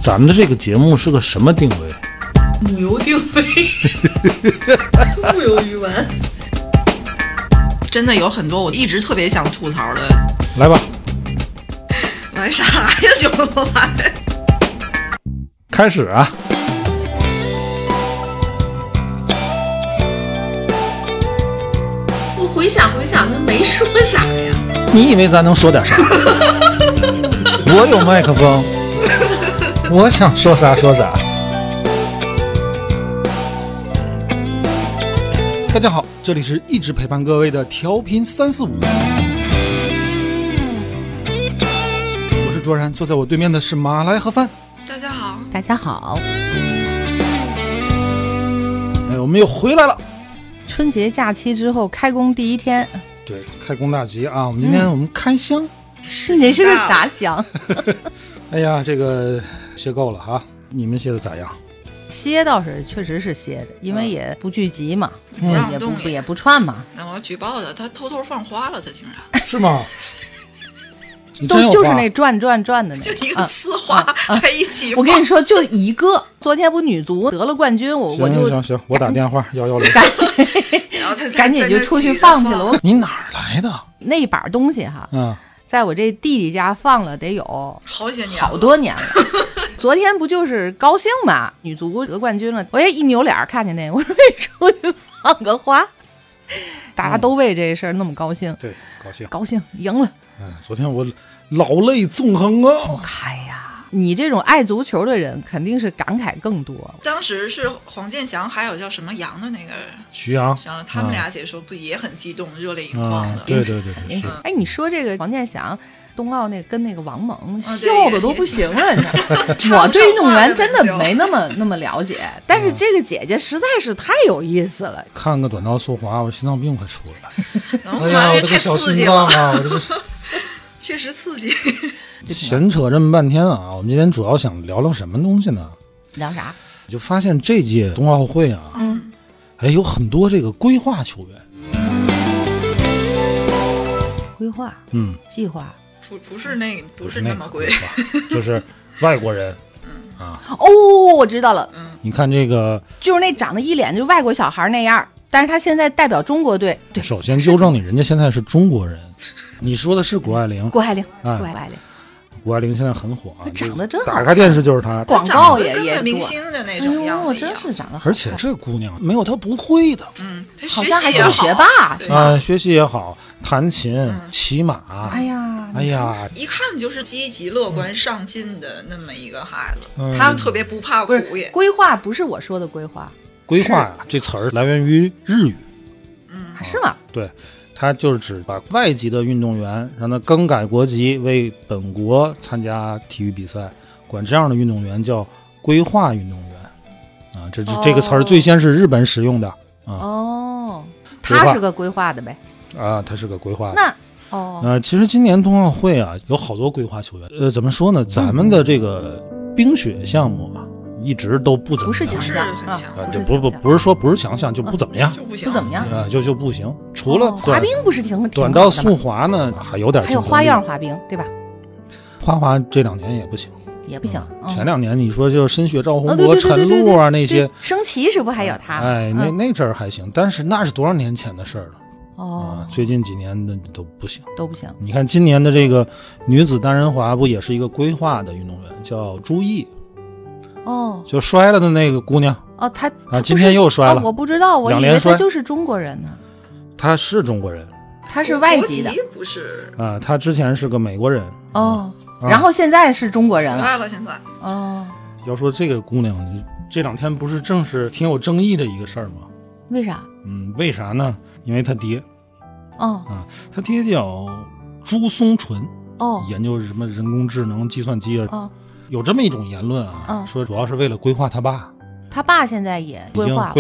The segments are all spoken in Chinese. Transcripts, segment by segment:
咱们的这个节目是个什么定位？ 母油定位，不油鱼丸。真的有很多我一直特别想吐槽的。 来吧， 来啥呀？小老来， 开始啊！ 我回想，那没说啥呀。 你以为咱能说点啥？我有麦克风，我想说啥说啥。大家好，这里是一直陪伴各位的调频345，我是卓然，坐在我对面的是马来和帆。 大家好， 大家好。 哎，我们又回来了。 春节假期之后开工第一天， 对，开工大吉啊！我们今天我们开箱， 是你是个啥箱？ 哎呀，这个歇够了哈，你们歇的咋样？ 歇倒是确实是歇的，因为也不聚集嘛， 不让动也不串嘛。 那我要举报他偷偷放花了，他竟然是吗？ 就是那转的那， 就一个呲花在一起。 我跟你说，就一个。昨天不女足得了冠军，我就行，我打电话110， 然后他赶紧就出去放去了。 你哪儿来的？ 那把东西哈，在我这弟弟家放了得有好些年， 好多年了。昨天不就是高兴嘛，女足得冠军了，我也一扭脸看见那个，我说出去放个花，大家都为这事儿那么高兴。 对， 高兴赢了。 昨天我老泪纵横啊！ 我开呀，你这种爱足球的人肯定是感慨更多。 当时是黄健翔还有叫什么杨的那个徐阳， 他们俩解说不也很激动，热泪盈眶的。 对，是。 哎，你说这个黄健翔冬奥那跟那个王蒙笑的都不行了，你知道我对运动员真的没那么了解，但是这个姐姐实在是太有意思了。 看个短道速滑，我心脏病快出来了。 哎呀，我这个小心脏啊，我这个确实刺激。 闲扯这么半天啊，我们今天主要想聊聊什么东西呢？ 聊啥？ 就发现这届冬奥会啊，有很多这个规划球员。 规划，计划。 不是那么贵， 就是外国人。 我知道了。 你看这个， 就是那长得一脸就外国小孩那样，但是他现在代表中国队。对， 首先纠正你，人家现在是中国人。你说的是谷爱凌。 谷爱凌现在很火啊， 长得真好， 打开电视就是她， 广告也跟明星的那种样子一样。 真是长得好。 而且这姑娘没有她不会的， 好像还是个学霸学习也好，弹琴、骑马。 哎呀， 一看就是积极乐观上进的那么一个孩子， 他特别不怕苦也。 规划不是我说的规划， 规划呀，这词儿来源于日语。 是吗？ 对。他就是指把外籍的运动员让他更改国籍为本国参加体育比赛，管这样的运动员叫规划运动员这个词儿最先是日本使用的他是个规划的呗他是个规划的。 那其实今年冬奥会啊有好多规划球员，怎么说呢？咱们的这个冰雪项目一直都不怎么样， 不是强项，不是说不是强项，就不怎么样， 就不怎么样就不行。除了滑冰不是挺短道速滑呢，还有点， 还有花样滑冰，对吧？ 花滑这2年也不行。前2年你说就深雪赵宏博、陈露啊那些， 升旗是不还有他？ 那阵儿还行，但是那是多少年前的事儿了。最近几年的都不行。你看今年的这个女子单人滑不也是一个规划的运动员，叫朱毅。就摔了的那个姑娘她今天又摔了。 我不知道，我以为她就是中国人呢。 她是中国人， 她是外籍的， 不是她之前是个美国人然后现在是中国人了。现在要说这个姑娘，这2天不是正是挺有争议的一个事儿吗？ 为啥？ 为啥呢？因为她爹她爹叫朱松纯研究什么人工智能、计算机有这么一种言论说主要是为了规划他爸。 他爸现在也规划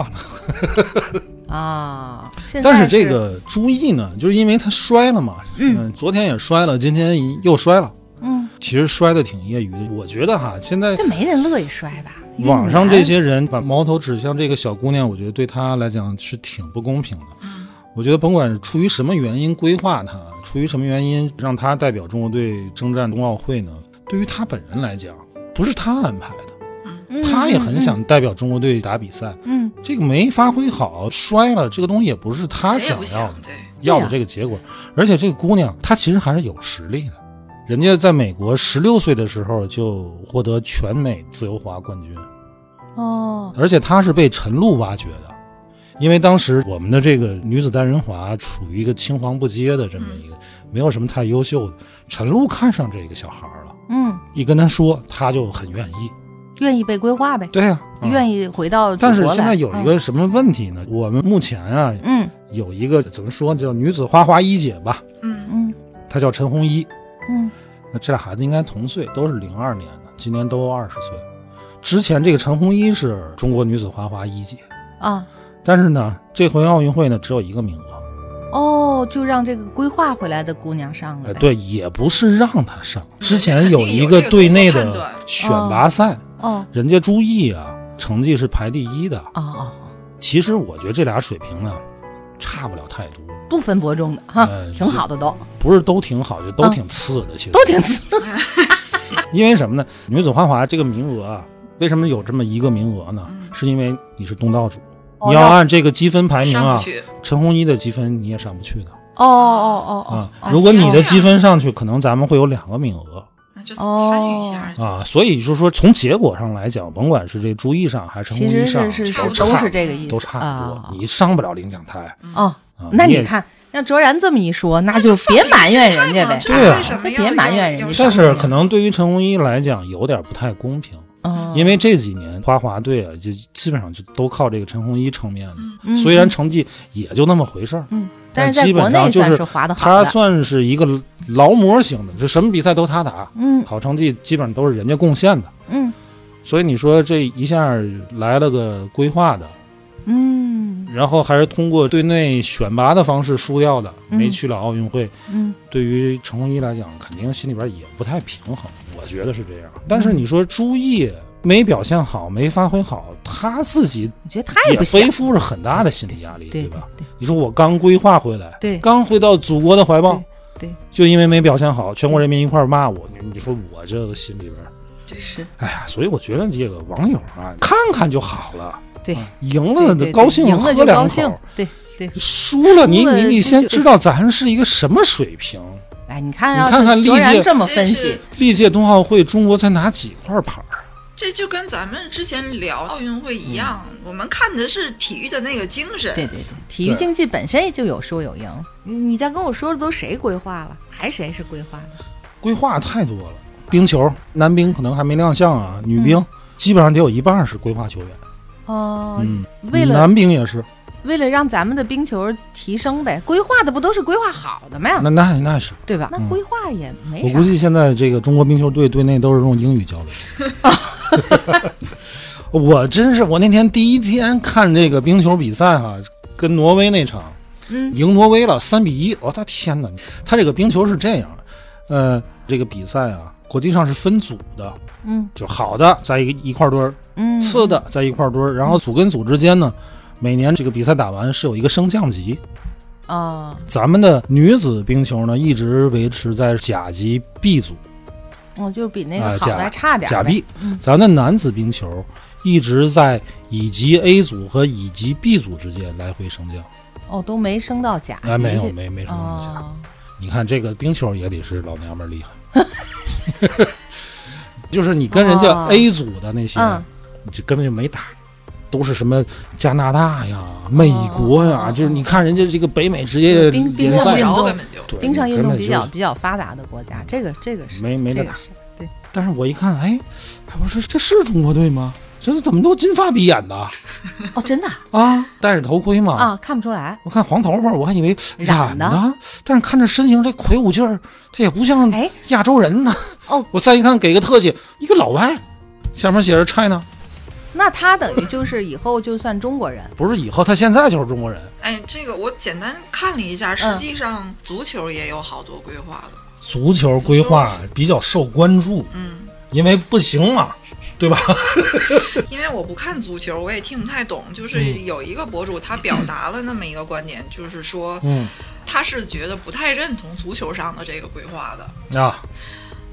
了但是这个朱毅呢，就是因为他摔了嘛，昨天也摔了，今天又摔了，其实摔的挺业余的。我觉得现在这没人乐意摔吧？ 网上这些人把矛头指向这个小姑娘，我觉得对她来讲是挺不公平的。我觉得甭管出于什么原因规划她，出于什么原因让她代表中国队征战冬奥会呢？对于她本人来讲， 不是他安排的。他也很想代表中国队打比赛，这个没发挥好摔了，这个东西也不是他想要的这个结果。而且这个姑娘她其实还是有实力的，人家在美国16岁的时候就获得全美自由滑冠军而且她是被陈露挖掘的，因为当时我们的这个女子单人滑处于一个青黄不接的这么一个没有什么太优秀的，陈露看上这个小孩了，一跟他说他就很愿意被规划呗， 对啊， 愿意回到但是现在有一个什么问题呢？我们目前啊，有一个怎么说叫女子花滑一姐吧，她叫陈红一，那这俩孩子应该同岁，都是02年的，今年都20岁。之前这个陈红一是中国女子花滑一姐啊， 但是呢，这回奥运会呢只有一个名额，就让这个规划回来的姑娘上了呗。 对，也不是让她上，之前有一个队内的选拔赛。人家朱毅啊，成绩是排第1的。其实我觉得这俩水平呢，差不了太多， 不分伯仲的哈，挺好的都。 不是都挺好，就都挺次的，其实都挺次。 因为什么呢？女子花滑这个名额啊，为什么有这么一个名额呢？是因为你是东道主，你要按这个积分排名啊，陈红一的积分你也上不去的。如果你的积分上去，可能咱们会有2个名额。 就参与一下所以就是说从结果上来讲，甭管是这朱毅上还是陈红一上， 都是这个意思， 都差不多。你上不了领奖台那你看像卓然这么一说，那就别埋怨人家呗。 对啊， 别埋怨人家。 但是可能对于陈红一来讲有点不太公平，因为这几年花滑队啊，就基本上就都靠这个陈红一撑面的，虽然成绩也就那么回事儿。 但是在国内算是滑得好的， 他算是一个劳模型的，就什么比赛都他打，好成绩基本上都是人家贡献的，所以你说这一下来了个规划的，然后还是通过队内选拔的方式输掉的，没去了奥运会，对于陈红一来讲，肯定心里边也不太平衡，我觉得是这样。但是你说朱毅没表现好，没发挥好，他自己也背负着很大的心理压力，对吧？你说我刚规划回来，刚回到祖国的怀抱，就因为没表现好，全国人民一块骂我，你说我这个心里边是， 哎呀，所以我觉得这个网友啊，看看就好了，赢了的高兴，喝两口， 对， 输了你先知道咱是一个什么水平。 你看历届这么分析， 历届冬奥会中国才拿几块牌？ 这就跟咱们之前聊奥运会一样，我们看的是体育的那个精神。 对，体育竞技本身就有输有赢。你在跟我说的都谁规划了？还谁是规划的？ 规划太多了。冰球，男冰可能还没亮相啊，女冰基本上得有一半是规划球员。 为了男冰也是。 为了让咱们的冰球提升呗，规划的不都是规划好的吗？ 那是对吧？那规划也没啥。 我估计现在这个中国冰球队队内都是用英语交流。我真是，我那天第一天看这个冰球比赛跟挪威那场，赢挪威了3-1。我的天哪！他这个冰球是这样的，这个比赛啊，国际上是分组的，就好的在一块堆儿，次的在一块堆儿，然后组跟组之间呢。每年这个比赛打完是有一个升降级咱们的女子冰球呢一直维持在甲级 B 组， 就是比那个好的差点甲 B。咱的男子冰球一直在乙级 A 组和乙级 B 组之间来回升降。 都没升到甲级。 没升到甲。你看这个冰球也得是老娘们厉害。就是你跟人家 A 组的那些，你就根本就没打。都是什么加拿大呀、美国呀，就是你看人家这个北美职业联赛， 冰上运动比较发达的国家，这个是没得打。 对， 但是我一看，我说这是中国队吗？这怎么都金发碧眼的？ 真的啊，戴着头盔嘛看不出来。 我看黄头发，我还以为染的，但是看着身形这魁梧劲儿，这也不像亚洲人呢。我再一看，给个特写，一个老外，下面写着 China。 那他等于就是以后就算中国人？ 不是以后，他现在就是中国人。 这个我简单看了一下，实际上足球也有好多规划的。 足球规划比较受关注，因为不行嘛，对吧？ 因为我不看足球，我也听不太懂。就是有一个博主他表达了那么一个观点，就是说，他是觉得不太认同足球上的这个规划的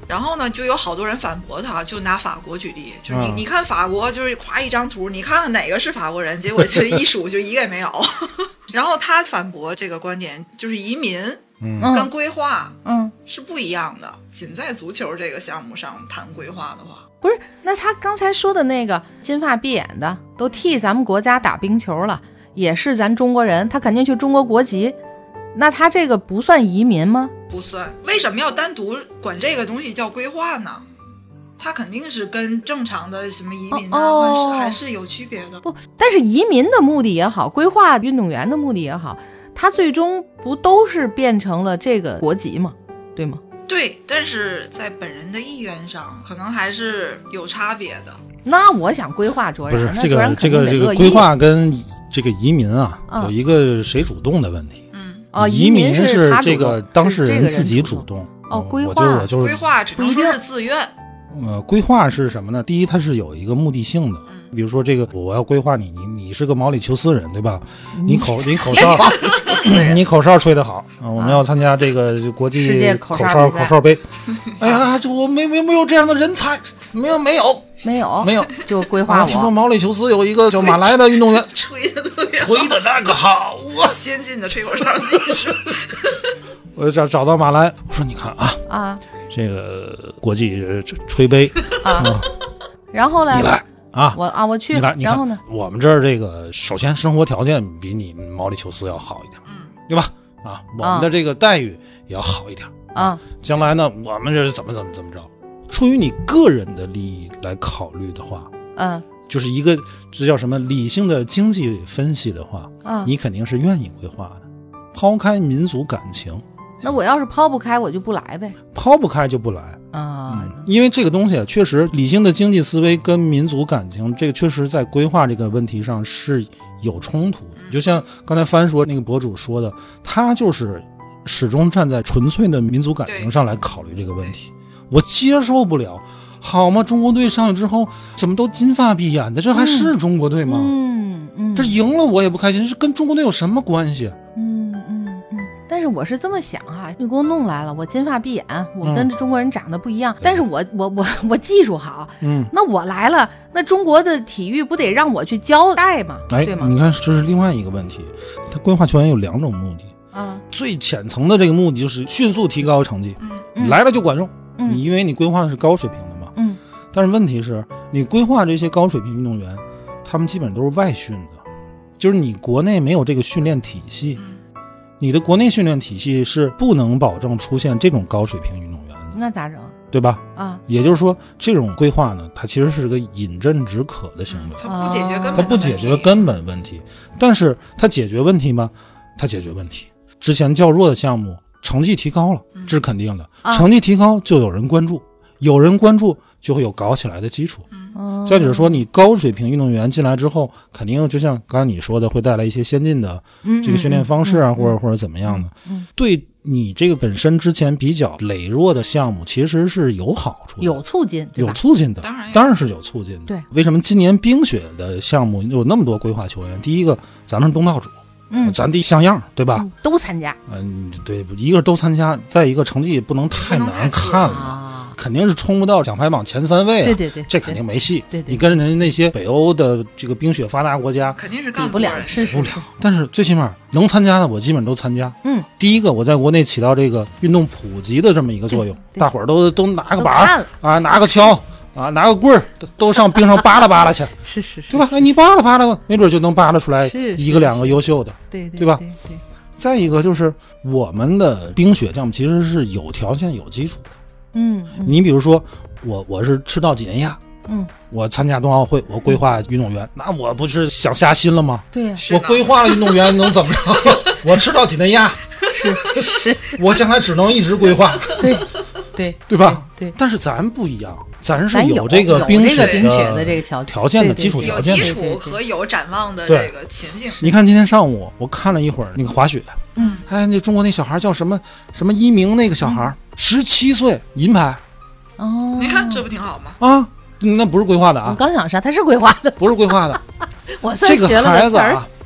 然后呢，就有好多人反驳他，就拿法国举例，就是你看法国就是夸一张图，你看看哪个是法国人，结果就一数就一个也没有。然后他反驳这个观点，就是移民跟规划是不一样的，仅在足球这个项目上谈规划的话。 不是，那他刚才说的那个金发碧眼的都替咱们国家打冰球了，也是咱中国人，他肯定去中国国籍，那他这个不算移民吗？ 不算。为什么要单独管这个东西叫规划呢？它肯定是跟正常的什么移民还是有区别的。 不，但是移民的目的也好，规划运动员的目的也好，他最终不都是变成了这个国籍吗？对吗？ 对，但是在本人的意愿上可能还是有差别的。 那我想规划卓然， 不是这个规划跟这个移民啊，有一个谁主动的问题。移民是这个当事人自己主动。 规划规划只能说是自愿。 规划是什么呢？第一，它是有一个目的性的。比如说这个我要规划你是个毛里求斯人，对吧？你口哨你口哨吹得好啊！我们要参加这个国际世界口哨杯。哎呀，这我没有这样的人才，没有， 就规划我。 听说毛里求斯有一个叫马来的运动员， 吹的特别好， 吹的那个好啊， 先进的吹口哨技术。 我找到马来，我说你看啊，这个国际吹杯然后呢？ 你来啊！ 我去。 你来， 然后呢？ 我们这儿这个首先生活条件比你毛里求斯要好一点，对吧？我们的这个待遇也要好一点将来呢，我们这是怎么着？出于你个人的利益来考虑的话，就是一个这叫什么理性的经济分析的话，你肯定是愿意规划的，抛开民族感情。 那我要是抛不开，我就不来呗。 抛不开就不来因为这个东西确实理性的经济思维跟民族感情，这个确实在规划这个问题上是有冲突。就像刚才帆说那个博主说的，他就是始终站在纯粹的民族感情上来考虑这个问题。我接受不了，好吗？中国队上去之后怎么都金发碧眼的，这还是中国队吗？这赢了我也不开心，是跟中国队有什么关系？ 但是我是这么想你给我弄来了，我金发碧眼，我跟中国人长得不一样，但是我技术好，那我来了，那中国的体育不得让我去交代吗？对吗？ 你看这是另外一个问题，他规划球员有两种目的最浅层的这个目的就是迅速提高成绩，来了就管用，你因为你规划的是高水平的嘛，但是问题是你规划这些高水平运动员，他们基本都是外训的，就是你国内没有这个训练体系。你的国内训练体系是不能保证出现这种高水平运动员的， 那咋整？ 对吧？也就是说，这种规划呢，它其实是个饮鸩止渴的行为， 它不解决根本， 它不解决根本问题。但是它解决问题吗？它解决问题。之前较弱的项目成绩提高了，这是肯定的。成绩提高就有人关注，有人关注就会有搞起来的基础。再者说，你高水平运动员进来之后，肯定就像刚才你说的，会带来一些先进的这个训练方式啊，或者怎么样的，对你这个本身之前比较羸弱的项目，其实是有好处的， 有促进， 有促进的，当然是有促进的。 对， 为什么今年冰雪的项目有那么多规划球员？第一个，咱们是东道主。咱得像样，对吧？ 都参加。 对，一个都参加，再一个成绩不能太难看了，肯定是冲不到奖牌榜前3位。 对， 这肯定没戏。 对， 你跟人家那些北欧的这个冰雪发达国家， 肯定是干不了， 是不了。但是最起码能参加的，我基本都参加。第一个，我在国内起到这个运动普及的这么一个作用，大伙儿都拿个板拿个锹。拿个棍儿都上冰上扒拉去， 是， 对吧？你扒拉，没准就能扒拉出来一个两个优秀的， 对吧？对。再一个就是我们的冰雪项目其实是有条件有基础的，你比如说我是赤道几内亚，我参加冬奥会，我规划运动员，那我不是想瞎心了吗？ 对呀， 我规划了运动员能怎么着？我赤道几内亚， 是， 我将来只能一直规划，对吧？ 对。 但是咱不一样。咱是有这个冰雪的这个条件的基础条件， 有基础和有展望的这个前景。 你看今天上午我看了一会儿那个滑雪，那中国那小孩叫什么一鸣，那个小孩17岁银牌， 你看这不挺好吗？ 那不是规划的啊！ 我刚想说他是规划的， 不是规划的。 我算学了这个孩子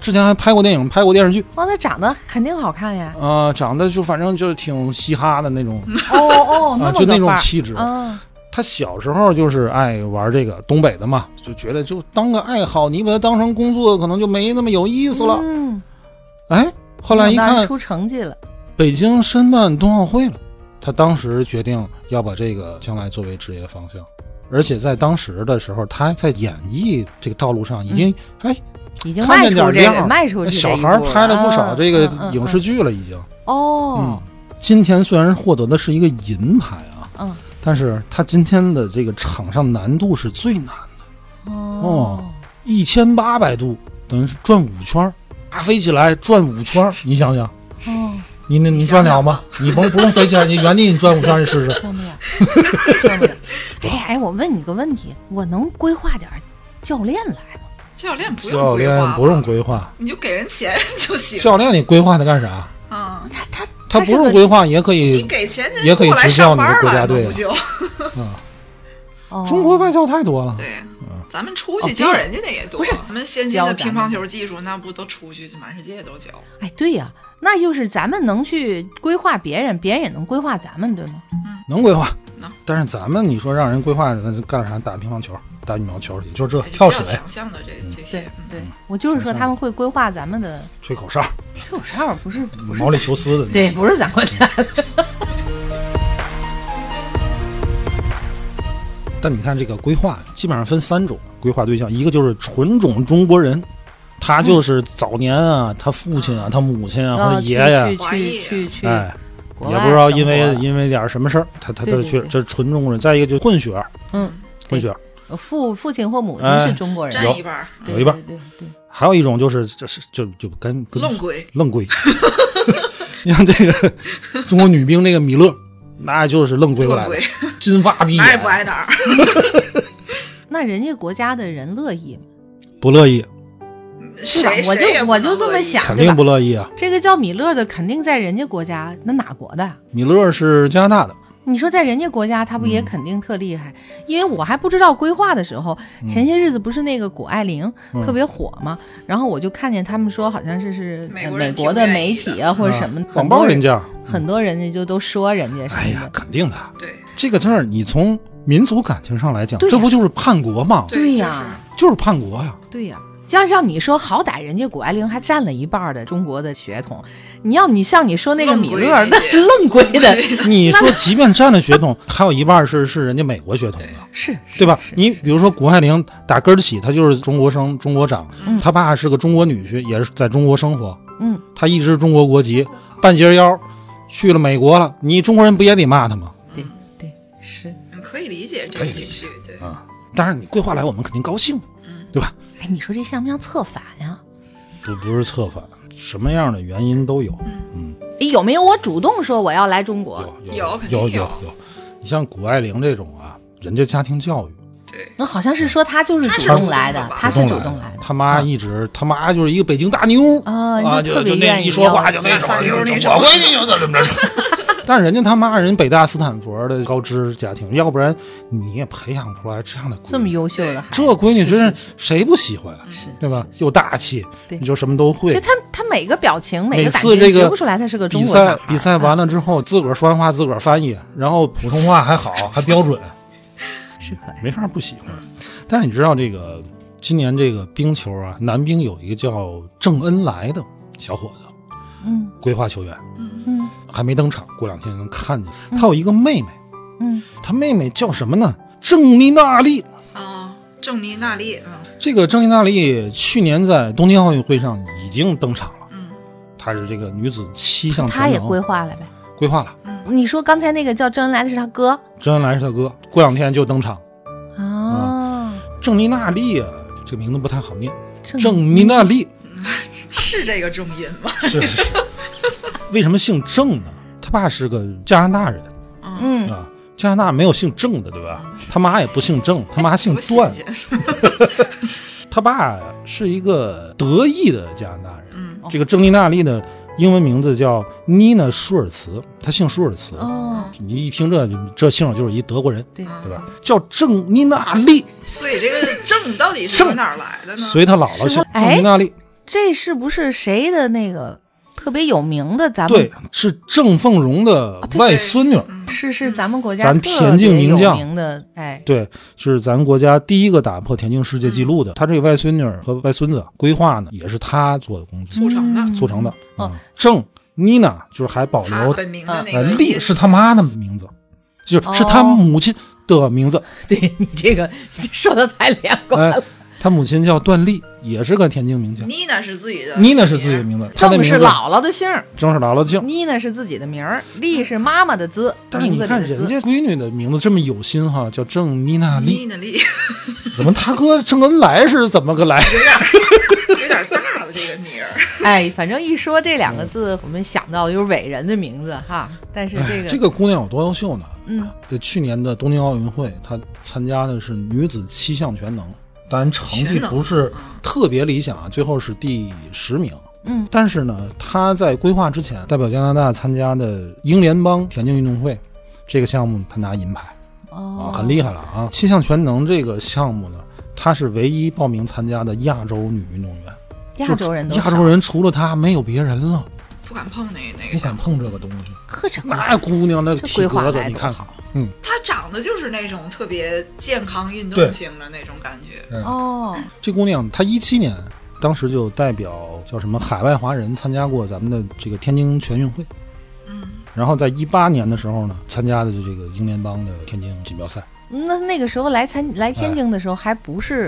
之前还拍过电影，拍过电视剧。 哦，那长得肯定好看呀。 长得就反正就挺嘻哈的那种。 就那种气质。他小时候就是爱玩这个东北的嘛，就觉得就当个爱好，你把它当成工作可能就没那么有意思了。后来一看出成绩了， 北京申办冬奥会了，他当时决定要把这个将来作为职业方向，而且在当时的时候，他在演艺这个道路上已经看见点亮， 迈出小孩拍了不少这个影视剧了，已经。今天虽然获得的是一个银牌啊，但是他今天的这个场上难度是最难的。1800度，等于是转5圈，飞起来转5圈，你想想。你转了吗？你不用飞起来，你原地你转5圈，你试试。 转不了。我问你个问题，我能规划点教练来吗？ 教练不用规划， 不用规划， 你就给人钱就行。 教练你规划他干啥？他不用规划也可以， 你给钱也可以执教你的国家队。 不就？ 中国外教太多了。 对，咱们出去教人家的也多。不是，咱们先进的乒乓球技术，那不都出去满世界都教？ 对呀，那就是咱们能去规划别人，别人也能规划咱们，对吗？ 能规划。但是咱们你说让人规划，那干啥？打乒乓球、打羽毛球，也就这跳水。 强项的这些。 对，我就是说他们会规划咱们的。 吹口哨不是毛里求斯的。 对，不是咱国家的。 但你看这个规划基本上分3种规划对象，一个就是纯种中国人，他就是早年他父亲他母亲或者爷爷去也不知道因为点什么事儿，他就去，这是纯中国人。再一个就是混血，混血， 父亲或母亲是中国人， 占一半， 有一半， 对。 还有一种就是就跟愣归， 你看这个中国女兵这个米勒，那就是愣归过来的，金发碧眼， 哪也不挨哪儿。 那人家国家的人乐意吗？ 不乐意。 我就这么想， 肯定不乐意啊！ 这个叫米勒的肯定在人家国家，那哪国的？ 米勒是加拿大的。 你说在人家国家，他不也肯定特厉害？因为我还不知道规划的时候，前些日子不是那个谷爱凌特别火嘛，然后我就看见他们说好像是美国的媒体或者什么，很多人家就都说人家什么的。 肯定的。 对这个事儿，你从民族感情上来讲，这不就是叛国吗？ 对呀， 就是叛国呀。 对呀。像你说，好歹人家谷爱凌还占了一半的中国的血统，你像你说那个米勒那愣归的， 你说即便占了血统，还有一半是人家美国血统的， 是对吧？你比如说谷爱凌打根儿起，他就是中国生、中国长，他爸是个中国女婿，也是在中国生活，他一直中国国籍，半截腰去了美国了，你中国人不也得骂他吗？ 对，是可以理解这个情绪，对当然你规划来，我们肯定高兴，对吧？ 你说这像不像策反呀？ 不是策反，什么样的原因都有。 有没有我主动说我要来中国？ 有。你像谷爱凌这种人家家庭教育， 对， 那好像是说他就是主动来的，他是主动来的。 他妈他妈就是一个北京大妞就那一说话就那种，我闺女就怎么着。但人家他妈人北大斯坦福的高知家庭，要不然你也培养不出来这样的闺女， 这么优秀的孩子， 这闺女真是谁不喜欢？对吧？又大气，你就什么都会。 就他每个表情，每次这个觉不出来他是个中国小孩。 比赛完了之后，自个儿说完话自个儿翻译，然后普通话还好，还标准， 是可爱， 没法不喜欢。但是你知道这个今年这个冰球男冰有一个叫郑恩来的小伙子，规划球员，还没登场，过2天能看见。他有一个妹妹，他妹妹叫什么呢？郑妮娜丽。 郑妮娜丽， 这个郑妮娜丽去年在东京奥运会上已经登场了。她是这个女子7项全能， 她也规划了呗？ 规划了。 你说刚才那个叫郑恩来的是他哥？ 郑恩来是他哥，过2天就登场。郑妮娜丽这个名字不太好念。郑妮娜丽是这个重音吗？ 是。为什么姓郑呢？他爸是个加拿大人，加拿大没有姓郑的，对吧？他妈也不姓郑，他妈姓段。他爸是一个德裔的加拿大人。这个郑妮娜丽的英文名字叫妮娜舒尔茨，他姓舒尔茨。你一听这姓就是一德国人，对吧？叫郑妮娜丽。 所以这个郑到底是从哪儿来的呢？ 随他姥姥姓郑妮娜丽。 这是不是谁的那个特别有名的？咱们对，是郑凤荣的外孙女， 是咱们国家咱田径名将的，哎， 对，是咱国家第一个打破田径世界纪录的。他这个外孙女和外孙子规划呢，也是他做的工作，促成的。郑妮娜就是还保留本名的那个丽是他妈的名字，就是他母亲的名字。 对，你这个说的太连贯了。 他母亲叫段丽，也是个田径名将。 妮娜是自己的名字， 郑是姥姥的姓， 郑是姥姥的姓， 妮娜是自己的名儿，丽是妈妈的字。 但是你看人家闺女的名字这么有心哈，叫郑妮娜丽。怎么他哥郑恩来是怎么个来？ 有点大了这个名儿。 哎，反正一说这2个字，我们想到就是伟人的名字哈。但是这个姑娘有多优秀呢？去年的东京奥运会，她参加的是女子7项全能。当然成绩不是特别理想啊，最后是第10名。但是呢，他在规划之前代表加拿大参加的英联邦田径运动会这个项目，他拿银牌，很厉害了啊！7项全能这个项目呢，他是唯一报名参加的亚洲女运动员，亚洲人除了他没有别人了， 不敢碰那个， 不敢碰这个东西。 呵， 那姑娘的体格子，你看看。 她长得就是那种特别健康运动型的那种感觉。 这姑娘她17年当时就代表叫什么海外华人参加过咱们的这个天津全运会。然后在18年的时候呢，参加的这个英联邦的田径锦标赛。 那个时候来天津的时候还不是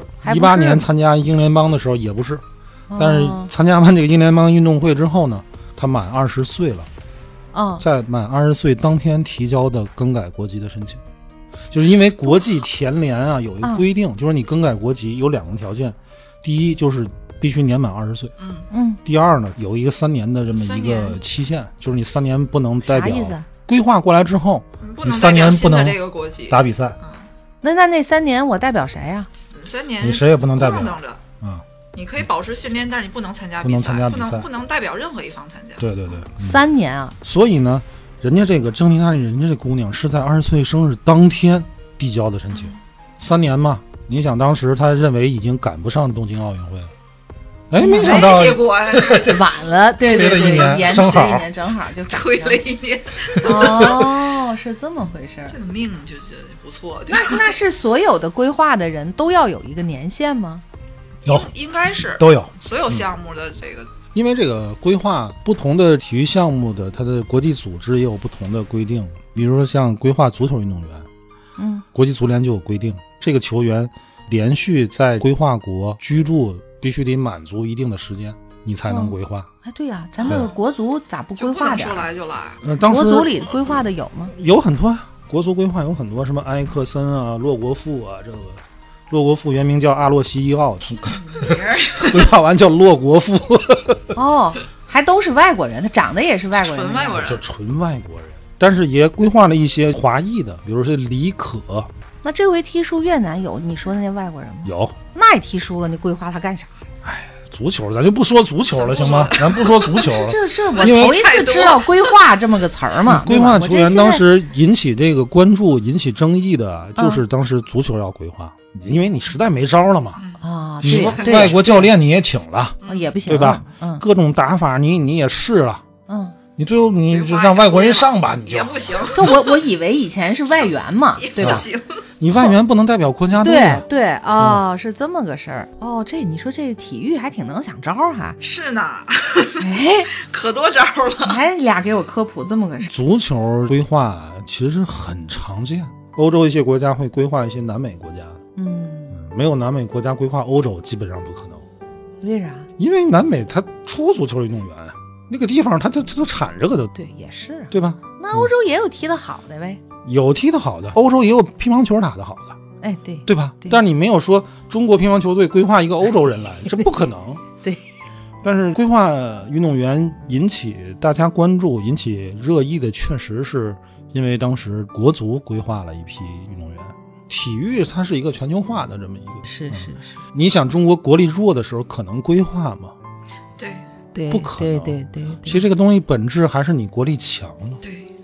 18年参加英联邦的时候也不是，但是参加完这个英联邦运动会之后呢，她满20岁了。在满20岁当天提交的更改国籍的申请，就是因为国际田联啊有一个规定，就是你更改国籍有2个条件，第一就是必须年满20岁，第二呢有一个3年的这么一个期限，就是你3年不能代表规划过来之后，你3年不能打比赛。 那3年我代表谁呀 ？3年你谁也不能代表。 你可以保持训练，但是你不能参加比赛，不能代表任何一方参加。 对 3年啊！ 所以呢，人家这个郑妮娜，人家这姑娘是在20岁生日当天递交的申请，3年嘛。你想当时他认为已经赶不上东京奥运会了，没想到结果晚了，对， 推了1年， 延迟1年，正好就推了1年。 是这么回事。 这个命就觉得不错。 那是所有的规划的人都要有一个年限吗？ 应该是都有， 所有项目的这个， 因为这个规划不同的体育项目的它的国际组织也有不同的规定，比如说像规划足球运动员，国际足联就有规定，这个球员连续在规划国居住必须得满足一定的时间，你才能规划。 对呀，咱们国足咋不规划点？ 说来就来。 国足里规划的有吗？ 有很多啊，国足规划有很多，什么埃克森啊、洛国富啊，这个。洛国富原名叫阿洛西伊奥，规划完叫洛国富。 还都是外国人，他长得也是外国人， 纯外国人， 就纯外国人。但是也规划了一些华裔的，比如说李可。 那这回踢出越南有你说的那外国人吗？ 有。 那也踢输了，你规划他干啥？ 足球咱就不说足球了，行吗？咱不说足球了。 这我头一次知道规划这么个词儿嘛。 规划球员当时引起这个关注、引起争议的，就是当时足球要规划，因为你实在没招了嘛。你外国教练你也请了， 也不行， 对吧？各种打法你也试了，你最后你就让外国人上吧，你也不行。 我以为以前是外援嘛，对吧？ 你外援不能代表国家队啊。 对是这么个事儿。这你说这体育还挺能想招哈。 是呢，可多招了。 俩给我科普这么个事。 足球规划其实很常见，欧洲一些国家会规划一些南美国家。没有南美国家规划欧洲基本上不可能。 为啥？ 因为南美它出足球运动员，那个地方它都产这个的。 对，也是， 对吧？ 那欧洲也有踢得好的呗。 有踢得好的，欧洲也有乒乓球打得好的，对吧？但是你没有说中国乒乓球队规划一个欧洲人来，这不可能。 对。 但是规划运动员引起大家关注、引起热议的，确实是因为当时国足规划了一批运动员。体育它是一个全球化的这么一个， 是。 你想中国国力弱的时候，可能规划吗？ 对， 不可能。 对。 其实这个东西本质还是你国力强了。 对。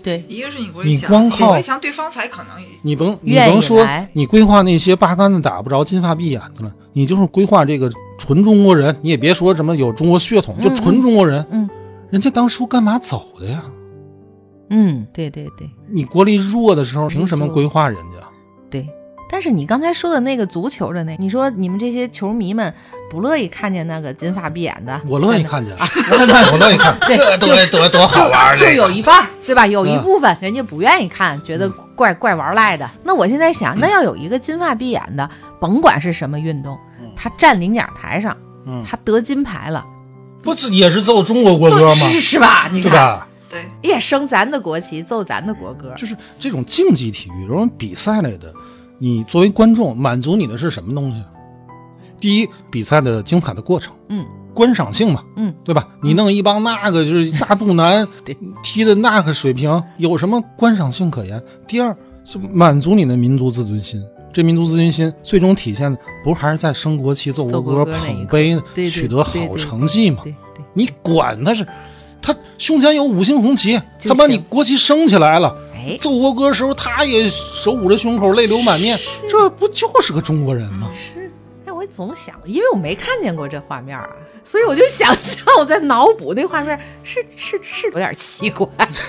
对， 一个是你国力强， 你光靠国力强，对方才可能你甭说你规划那些八竿子打不着金发碧眼的了，你就是规划这个纯中国人，你也别说什么有中国血统，就纯中国人，人家当初干嘛走的呀？ 对对对， 你国力弱的时候凭什么规划人家？ 对。但是你刚才说的那个足球的你说你们这些球迷们不乐意看见那个金发碧眼的？ 我乐意看见，我乐意看，这多好玩， 就有一半对吧？有一部分人家不愿意看，觉得怪玩赖的。那我现在想，那要有一个金发碧眼的，甭管是什么运动，他站领奖台上，他得金牌了， 不是也是奏中国国歌吗？ 是吧？你看， 对吧？ 对， 也升咱的国旗，奏咱的国歌。 就是这种竞技体育，这种比赛类的。你作为观众满足你的是什么东西？第一，比赛的精彩的过程，观赏性嘛，对吧？你弄一帮那个就是大肚腩踢的那个水平，有什么观赏性可言？第二，就满足你的民族自尊心。这民族自尊心最终体现的不是还是在升国旗、奏国歌、捧杯、取得好成绩吗？你管他是，他胸前有5星红旗，他把你国旗升起来了。奏国歌的时候，他也手捂着胸口，泪流满面，这不就是个中国人吗？ 是，但我总想，因为我没看见过这画面啊，所以我就想象我在脑补那画面，是有点奇怪。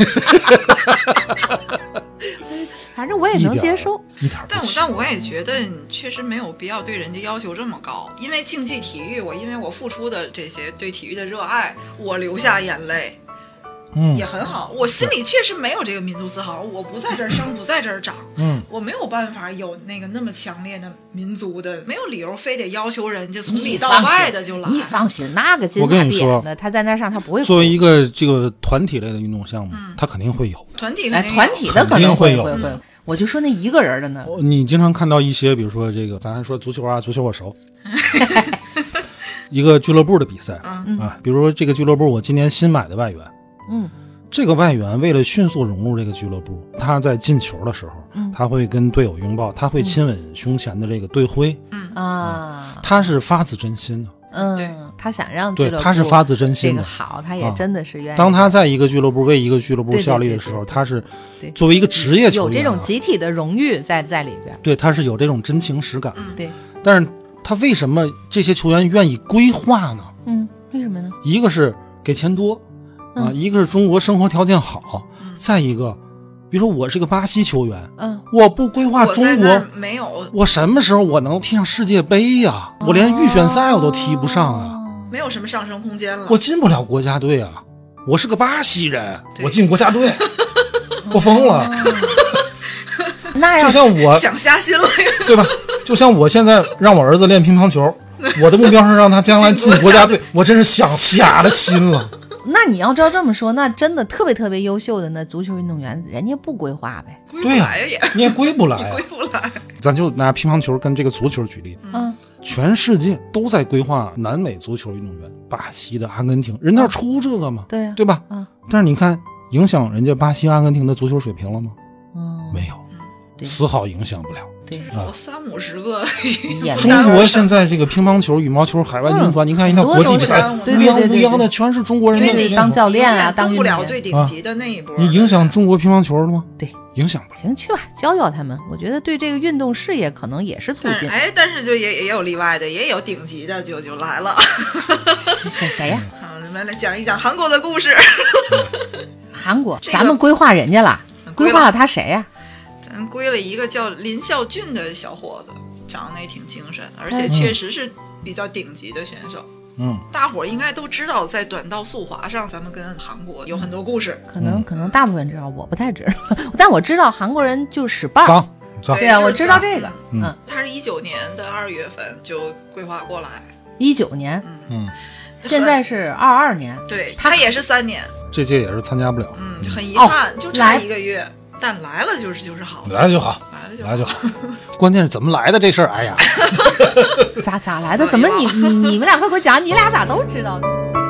反正我也能接受， 但我也觉得确实没有必要对人家要求这么高，因为竞技体育，因为我付出的这些对体育的热爱，我流下眼泪。也很好，我心里确实没有这个民族自豪，我不在这儿生，不在这儿长，我没有办法有那么强烈的民族的，没有理由非得要求人家从里到外的就来。 你放心，那个金发碧眼的，他在那上他不会。 作为一个这个团体类的运动项目，他肯定会有团体的可能会有。我就说那一个人的呢， 你经常看到一些，比如说这个，咱还说足球啊，足球我熟。一个俱乐部的比赛比如说这个俱乐部我今年新买的外援。这个外援为了迅速融入这个俱乐部，他在进球的时候，他会跟队友拥抱，他会亲吻胸前的这个队徽，他是发自真心的。 他想让俱乐部他是发自真心的， 这个好，他也真的是愿意。 当他在一个俱乐部为一个俱乐部效力的时候，他是作为一个职业球员， 有这种集体的荣誉在里边。 对，他是有这种真情实感。 对， 但是他为什么这些球员愿意规划呢？ 为什么呢？ 一个是给钱多。一个是中国生活条件好，再一个，比如说我是个巴西球员，我不规划中国， 没有， 我什么时候我能踢上世界杯呀？我连预选赛我都踢不上啊， 没有什么上升空间了， 我进不了国家队啊！我是个巴西人，我进国家队，我疯了。 那就像我想瞎心了， 对吧？就像我现在让我儿子练乒乓球，我的目标是让他将来进国家队，我真是想瞎了心了。 那你要照这么说，那真的特别优秀的那足球运动员，人家不规划呗？ 对呀， 你也归不来， 归不来。 咱就拿乒乓球跟这个足球举例，全世界都在规划南美足球运动员，巴西的、阿根廷，人那出这个吗？对吧？但是你看，影响人家巴西、阿根廷的足球水平了吗？没有，丝毫影响不了。 走30-50个。 中国现在这个乒乓球、羽毛球海外运动团，你看一到国际比赛，乌泱的全是中国人的， 当教练啊，当不了最顶级的那一波。 你影响中国乒乓球了吗？ 对， 影响不了。 行，去吧，教他们，我觉得对这个运动事业可能也是促进。 但是就也有例外的，也有顶级的就来了。 谁呀？ 好，咱们来讲一讲韩国的故事。 韩国，咱们规划人家了，规划了他谁呀？ 咱归了一个叫林孝俊的小伙子，长得也挺精神，而且确实是比较顶级的选手。大伙儿应该都知道，在短道速滑上，咱们跟韩国有很多故事。 可能大部分知道，我不太知道，但我知道韩国人就使绊。对啊，我知道这个。 他是19年的2月份就规划过来。 19年。现在是22年。 对，他也是3年。 这届也是参加不了。 很遗憾，就差1个月。但来了就是好， 来了就好，来就好。关键是怎么来的这事儿，哎呀， 咋来的？怎么你们俩快给我讲，你俩咋都知道呢？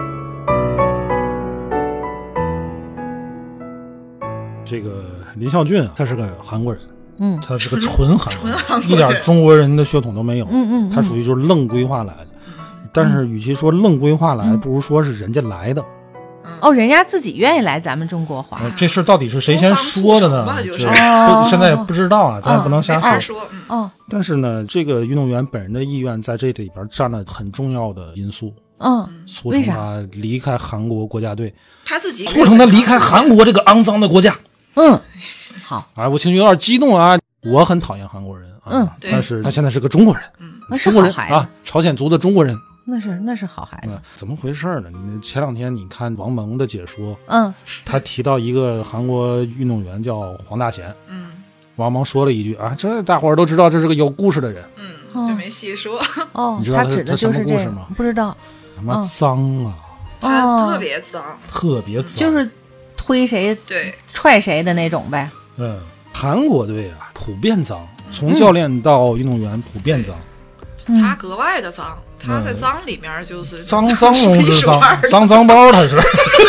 这个林孝俊他是个韩国人，他是个纯韩国人， 一点中国人的血统都没有，他属于就是愣规划来的。但是与其说愣规划来，不如说是人家来的。 人家自己愿意来咱们中国滑。 这事到底是谁先说的呢？现在也不知道啊，咱也不能瞎说。 但是呢，这个运动员本人的意愿在这里边占了很重要的因素。促成他离开韩国国家队， 他自己促成他离开韩国这个肮脏的国家。 好， 我情绪有点激动啊！我很讨厌韩国人啊，但是他现在是个中国人，中国人啊，朝鲜族的中国人。 那是好孩子。 怎么回事呢？前2天你看王蒙的解说，他提到一个韩国运动员叫黄大贤，王蒙说了一句啊，这大伙儿都知道这是个有故事的人， 这没细说。 你知道他什么故事吗？ 不知道。 什么脏啊？ 他特别脏， 特别脏， 就是推谁对踹谁的那种呗。 韩国队啊，普遍脏，从教练到运动员普遍脏。 他格外的脏，他在脏里面就是脏中之脏，脏包他是。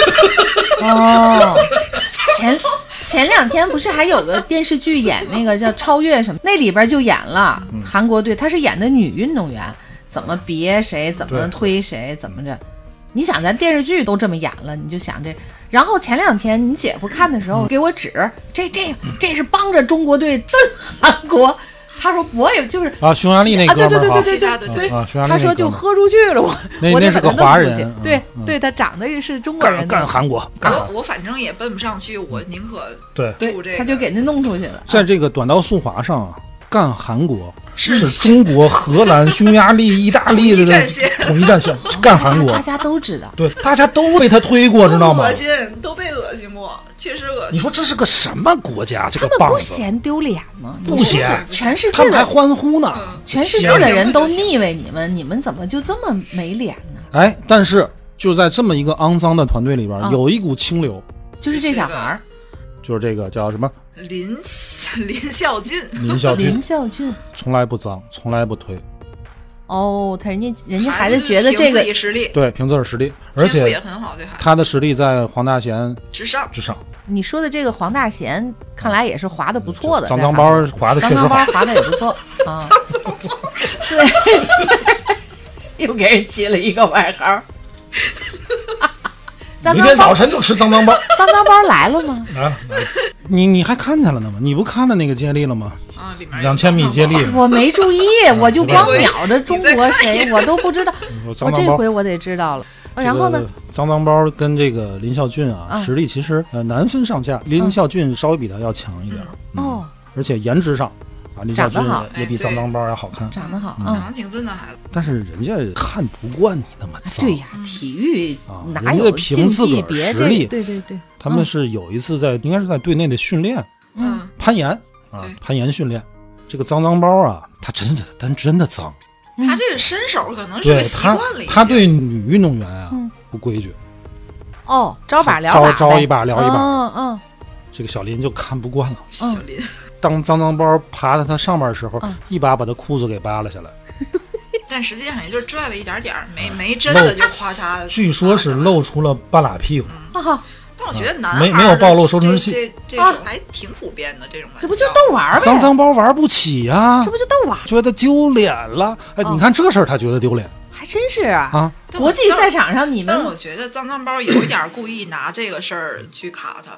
前2天不是还有个电视剧演那个叫《超越》什么，那里边就演了韩国队，他是演的女运动员，怎么别谁，怎么推谁，怎么着。你想咱电视剧都这么演了，你就想这。然后前2天你姐夫看的时候给我指，这是帮着中国队蹬韩国。他说我也就是匈牙利那哥们儿， 对，他说就喝出去了，我那是个华人， 对，他长得是中国人， 干韩国， 我反正也奔不上去，我宁可住这个， 他就给那弄出去了。 在这个短道速滑上啊，干韩国是中国、荷兰、匈牙利、意大利的统一战线，干韩国， 大家都知道， 对，大家都被他推过，知道吗？ 恶心，都被恶心过。确实恶心。 你说这是个什么国家？这个棒子他们不嫌丢脸吗？ 不嫌， 全世界他们还欢呼呢。 全世界的人都腻歪你们，你们怎么就这么没脸呢？ 但是就在这么一个肮脏的团队里边，有一股清流， 就是这小孩， 就是这个叫什么林孝俊， 林孝俊从来不脏，从来不推。 人家孩子觉得这个对，凭自己实力，而且也很好， 他的实力在黄大贤之上。 你说的这个黄大贤，看来也是滑的不错的， 脏包滑的确实好， 滑的也不错啊。对，又给人起了一个外号。 明天早晨就吃脏包。 脏包来了吗？ 来了。你还看见了呢吗？你不看的那个接力了吗里面 ？2000米接力， 我没注意，我就光瞄着中国谁，我都不知道。我这回我得知道了。然后呢？ 脏包跟这个林孝俊啊，实力其实难分上下。林孝俊稍微比他要强一点而且颜值上林孝俊也比脏包要好看， 长得好， 长得挺俊的孩子。 但是人家看不惯你那么脏。 对呀，体育哪有凭自个儿实力？ 对， 他们是有一次应该是在队内的训练，攀岩攀岩训练。这个脏包啊，他真的脏。 他这个身手可能是个习惯了。 他对女运动员啊不规矩。 招把聊把， 招一把聊一把。这个小林就看不惯了。 小林当脏包爬在他上面的时候，一把他裤子给扒拉下来。 但实际上也就是拽了一点点，没真的就咔嚓。 据说是露出了半拉屁股。 但我觉得男孩没有暴露收拾器， 这种还挺普遍的。 这不就逗玩呗？ 脏包玩不起呀， 这不就逗玩？ 觉得丢脸了。你看这事儿他觉得丢脸， 还真是啊！国际赛场上你们， 但我觉得脏包有一点故意拿这个事儿去卡他。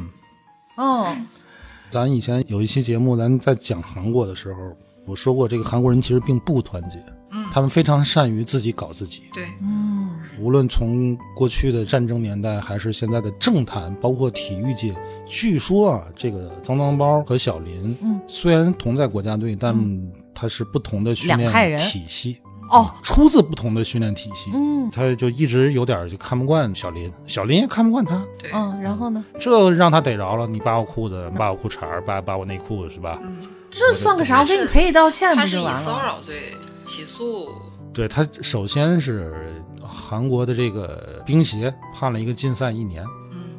咱以前有一期节目，咱在讲韩国的时候，我说过这个韩国人其实并不团结，他们非常善于自己搞自己。 对， 无论从过去的战争年代，还是现在的政坛，包括体育界，据说这个脏包和小林，虽然同在国家队，但他是不同的训练体系。出自不同的训练体系，他就一直有点就看不惯小林，小林也看不惯他。 对， 然后呢？ 这让他逮着了，你扒我裤子，扒我裤衩，扒我内裤是吧？ 这算个啥？我给你赔礼道歉不就完了？ 他是以骚扰罪起诉。 对，他首先是韩国的这个冰协判了一个禁赛1年。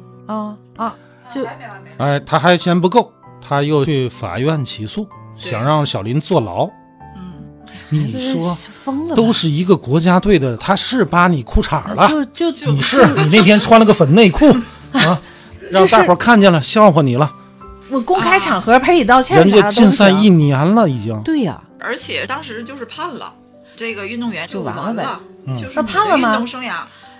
他还嫌不够，他又去法院起诉，想让小林坐牢。你说疯了， 都是一个国家队的，他是扒你裤衩了，你那天穿了个粉内裤让大伙看见了，笑话你了。 我公开场合赔礼道歉， 人家禁赛1年了已经。 对呀， 而且当时就是判了，这个运动员就完了，就是他判了吗？ 运动生涯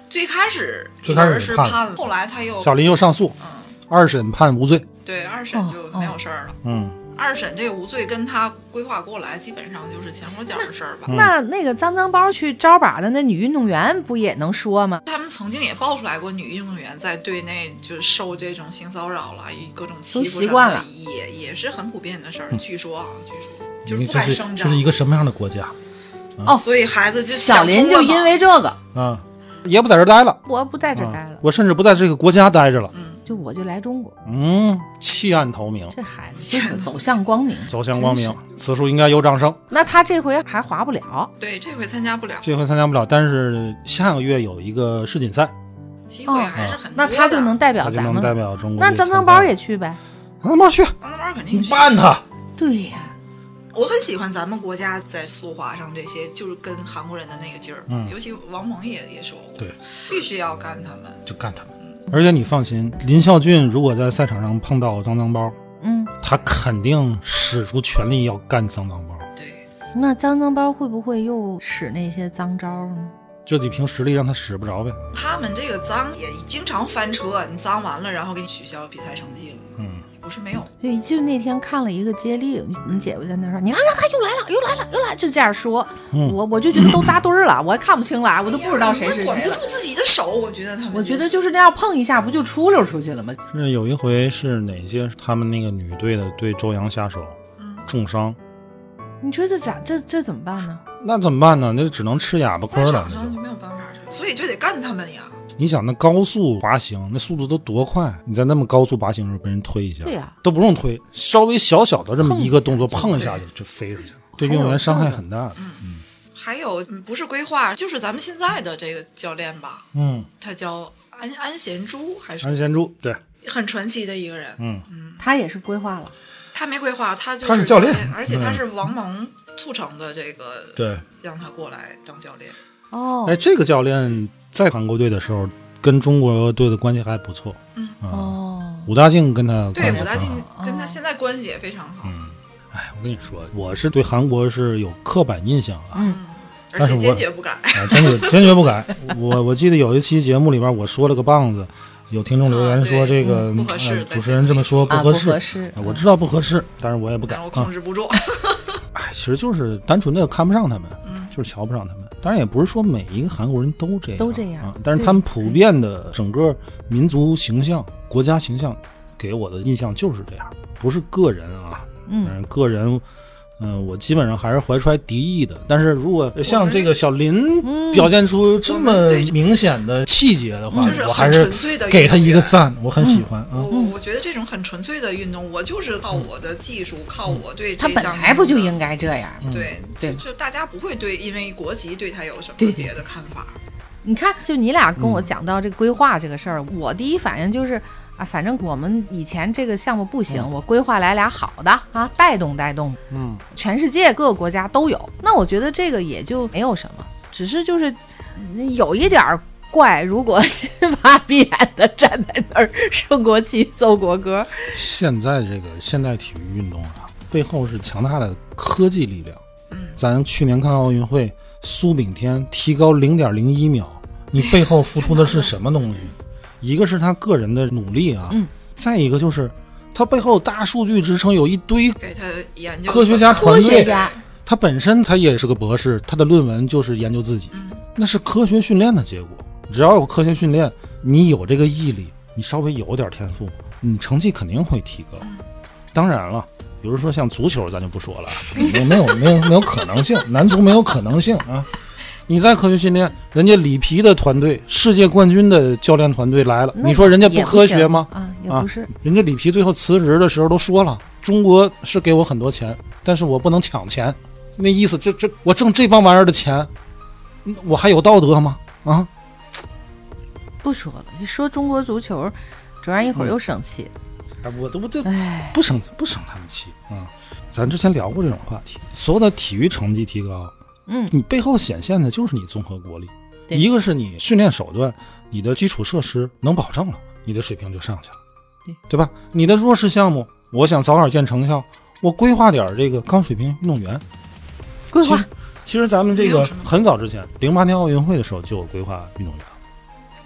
最开始是判了，后来他又小林又上诉，二审判无罪。 对，二审就没有事儿了。二审这个无罪跟他规划过来基本上就是前后脚的事儿吧。 那个脏包去招把的那女运动员不也能说吗？ 他们曾经也爆出来过女运动员在队内就是受这种性骚扰了，各种欺负习惯了， 也是很普遍的事儿。据说就是不敢声张。 这是一个什么样的国家？ 所以孩子就小林就因为这个也不在这待了， 我不在这待了， 我甚至不在这个国家待着了。 我就来中国。 弃暗投明， 这孩子就是走向光明， 走向光明，此处应该有掌声。 那他这回还滑不了？ 对，这回参加不了， 但是下个月有一个世锦赛， 机会还是很多的。 那他就能代表咱们， 代表中国。 那脏包也去呗？ 脏包去， 脏包肯定去办他。 对呀。 我很喜欢咱们国家在速滑上这些，就是跟韩国人的那个劲儿，尤其王蒙也说过， 对， 必须要干他们， 就干他们。而且你放心，林孝俊如果在赛场上碰到脏包，他肯定使出全力要干脏包。 对， 那脏包会不会又使那些脏招呢？ 就得凭实力让他使不着呗。 他们这个脏也经常翻车，你脏完了，然后给你取消比赛成绩了。不是没有。 对，就那天看了一个接力，你姐夫在那说，你看又来了，就这样说。我就觉得都扎堆了，我还看不清了，我都不知道谁是谁了。 管不住自己的手，我觉得他们。 我觉得就是那样碰一下，不就出溜出去了吗？ 是有一回是哪些他们那个女队的对周洋下手，重伤。 你说这怎么办呢？ 那怎么办呢？那只能吃哑巴亏了。 赛场上就没有办法，所以就得干他们呀。 你想那高速滑行，那速度都多快？你在那么高速滑行的时候被人推一下， 对呀， 都不用推，稍微小的这么一个动作碰一下就飞出去了，对运动员伤害很大的。 还有不是规划，就是咱们现在的这个教练吧，他叫安贤洙还是？ 安贤洙，对， 很传奇的一个人。 他也是规划了。 他没规划，他是教练， 而且他是王蒙促成的这个， 对， 让他过来当教练。 这个教练在韩国队的时候跟中国队的关系还不错。武大靖跟他对，武大靖跟他现在关系也非常好。 我跟你说，我是对韩国是有刻板印象啊， 而且坚决不改， 坚决不改。我记得有一期节目里边我说了个棒子。有听众留言说这个不合适， 主持人这么说不合适， 我知道不合适，但是我也不敢， 我控制不住。 其实就是单纯的看不上他们，就是瞧不上他们。当然也不是说每一个韩国人都这样，但是他们普遍的整个民族形象、国家形象给我的印象就是这样，不是个人啊，个人。我基本上还是怀揣敌意的，但是如果像这个小林表现出这么明显的气节的话，我还是给他一个赞，我很喜欢。 我觉得这种很纯粹的运动，我就是靠我的技术，靠我对这项他本来不就应该这样？ 对，就大家不会因为国籍对他有什么别的看法。 你看，就你俩跟我讲到这个规划这个事儿，我第一反应就是反正我们以前这个项目不行，我规划来俩好的带动，全世界各个国家都有。那我觉得这个也就没有什么，只是就是有一点怪，如果金发碧眼的站在那儿升国旗、奏国歌。 现在这个现代体育运动背后是强大的科技力量。咱去年看奥运会，苏炳添提高0.01秒，你背后付出的是什么东西？一个是他个人的努力再一个就是他背后大数据支撑，有一堆给他研究科学家团队，他本身他也是个博士，他的论文就是研究自己，那是科学训练的结果。只要有科学训练，你有这个毅力，你稍微有点天赋，你成绩肯定会提高。当然了，比如说像足球咱就不说了，没有可能性，男足没有可能性啊。你在科学训练，人家里皮的团队，世界冠军的教练团队来了，你说人家不科学吗？ 也不是。 人家里皮最后辞职的时候都说了，中国是给我很多钱，但是我不能抢钱。那意思，我挣这帮玩意儿的钱，我还有道德吗？ 不说了，一说中国足球，主任一会儿又生气。 我都不生他们气咱之前聊过这种话题，所有的体育成绩提高。你背后显现的就是你综合国力，一个是你训练手段，你的基础设施能保证了，你的水平就上去了，对吧？你的弱势项目，我想早点见成效，我规划点这个高水平运动员。 规划， 其实咱们这个很早之前，08年奥运会的时候就有规划运动员，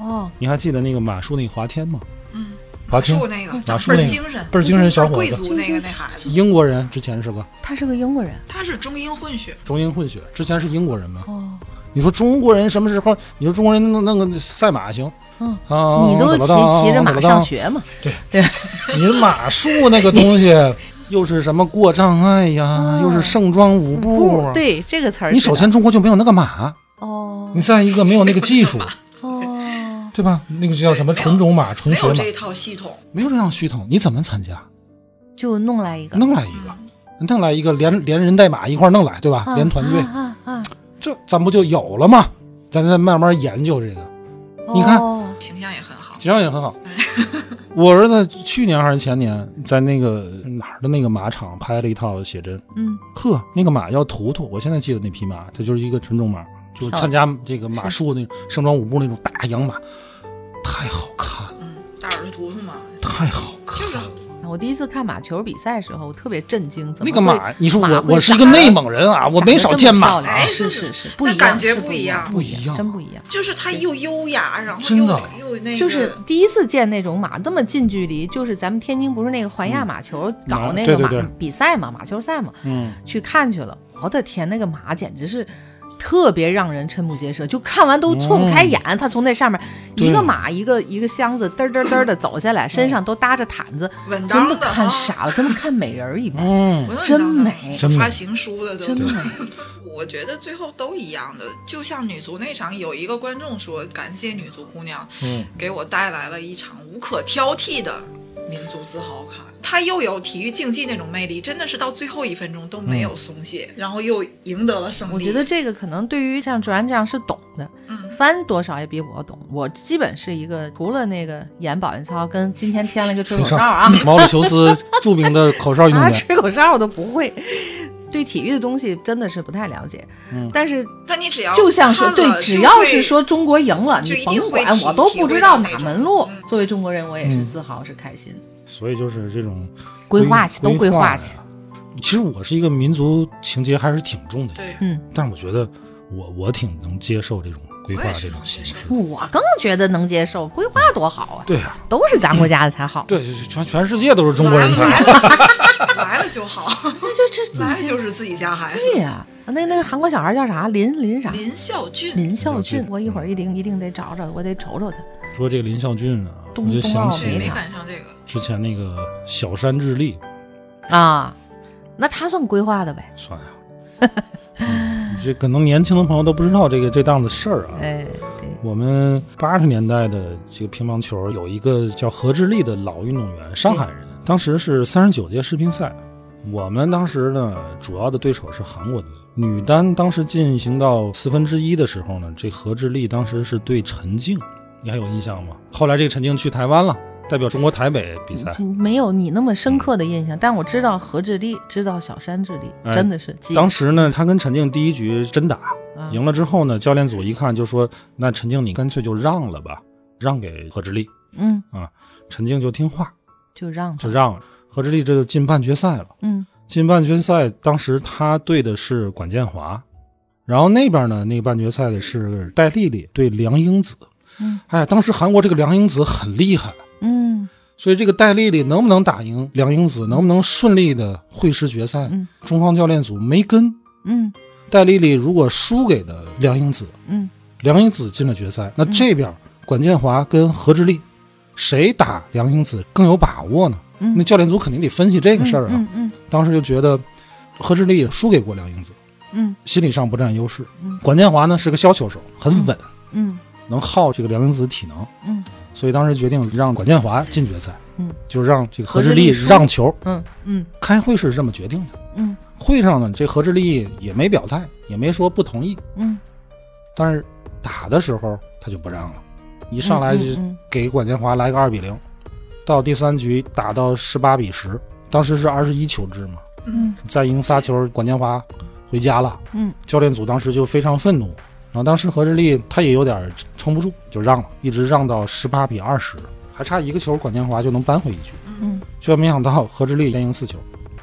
你还记得那个马术那个华天吗？ 马术那个倍儿精神， 倍儿精神小伙子， 贵族那孩子， 英国人之前是个， 他是个英国人， 他是中英混血， 之前是英国人嘛。你说中国人什么时候？你说中国人弄个赛马行？ 你都骑着马上学嘛？对， 你马术那个东西。又是什么过障碍呀？又是盛装舞步。 对，这个词儿。 你首先中国就没有那个马。你再一个没有那个技术。对吧？那个叫什么纯种马、纯血马， 没有这套系统， 没有这套系统，你怎么参加？ 就弄来一个， 连人带马一块弄来，对吧？连团队，这咱不就有了吗？咱再慢慢研究这个。你看， 形象也很好， 我儿子去年还是前年在那个哪儿的那个马场拍了一套写真，那个马叫图图，我现在记得那匹马，它就是一个纯种马，就是参加这个马术那盛装舞步那种大洋马，太好看了。 大耳朵图图嘛， 太好看了， 就是。 我第一次看马球比赛的时候，我特别震惊，怎么那个马？你说我是一个内蒙人啊，我没少见马， 是，不一样， 感觉不一样， 真不一样。 就是它又优雅，然后又那个， 就是第一次见那种马这么近距离，就是咱们天津不是那个环亚马球搞那个马比赛嘛，马球赛嘛，去看去了，我的天，那个马简直是。特别让人瞠目结舌，就看完都错不开眼。他从那上面一个马一个箱子嘚嘚嘚的走下来，身上都搭着毯子，真的看傻了，跟看美人一般。真美， 发行书的都真美。 我觉得最后都一样的，就像女足那场，有一个观众说感谢女足姑娘，给我带来了一场无可挑剔的民族自豪感。他又有体育竞技那种魅力，真的是到最后1分钟都没有松懈，然后又赢得了胜利。 我觉得这个可能对于像卓然这样是懂的，帆多少也比我懂。我基本是一个除了那个演保健操，跟今天添了一个吹口哨啊， 毛里求斯著名的口哨运动员， 吹口哨我都不会。对体育的东西真的是不太了解，但是你只要就像说对，只要是说中国赢了，你甭管我都不知道哪门路。作为中国人，我也是自豪，是开心。 所以就是这种规划起，都规划起。 其实我是一个民族情节还是挺重的， 对， 但是我觉得我挺能接受这种规划这种形式。 我更觉得能接受，规划多好啊！ 对啊， 都是咱国家的才好。 对，全世界都是中国人才来了就好， 这来了就是自己家孩子。 对呀，那个韩国小孩叫啥？林啥？ 林孝俊， 我一会儿一定得找找，我得瞅瞅他。 说这个林孝俊啊，我就想起没赶上这个之前那个小山智丽啊，那他算规划的呗？ 算呀。这可能年轻的朋友都不知道这档子事儿啊。 对， 我们80年代的这个乒乓球有一个叫何智丽的老运动员，上海人，当时是39届世乒赛。我们当时呢，主要的对手是韩国队。女单当时进行到1/4的时候呢，这何智丽当时是对陈静，你还有印象吗？后来这个陈静去台湾了，代表中国台北比赛。 没有你那么深刻的印象，但我知道何智丽，知道小山智丽，真的是。 当时呢，他跟陈静第一局真打，赢了之后呢，教练组一看就说，那陈静你干脆就让了吧，让给何智丽。陈静就听话，就让了。何智丽这就进半决赛了。进半决赛，当时他对的是管建华，然后那边呢，那个半决赛的是戴丽丽对梁英子。当时韩国这个梁英子很厉害。所以这个戴丽丽能不能打赢梁英子，能不能顺利的会师决赛，中方教练组没跟。戴丽丽如果输给了梁英子，梁英子进了决赛，那这边管建华跟何智丽谁打梁英子更有把握呢？那教练组肯定得分析这个事儿啊。当时就觉得何智丽也输给过梁英子，心理上不占优势。管建华呢是个小球手，很稳，能耗这个梁英子体能，所以当时决定让管建华进决赛，就是让这个何智丽让球。开会是这么决定的。会上呢，这何智丽也没表态，也没说不同意。但是打的时候他就不让了，一上来就给管建华来个2-0，到第3局打到18-10，当时是21球制嘛。再赢3球，管建华回家了。教练组当时就非常愤怒，然后当时何智丽他也有点撑不住，就让了，一直让到18-20，还差1个球，管建华就能扳回一局。却没想到何智丽连赢4球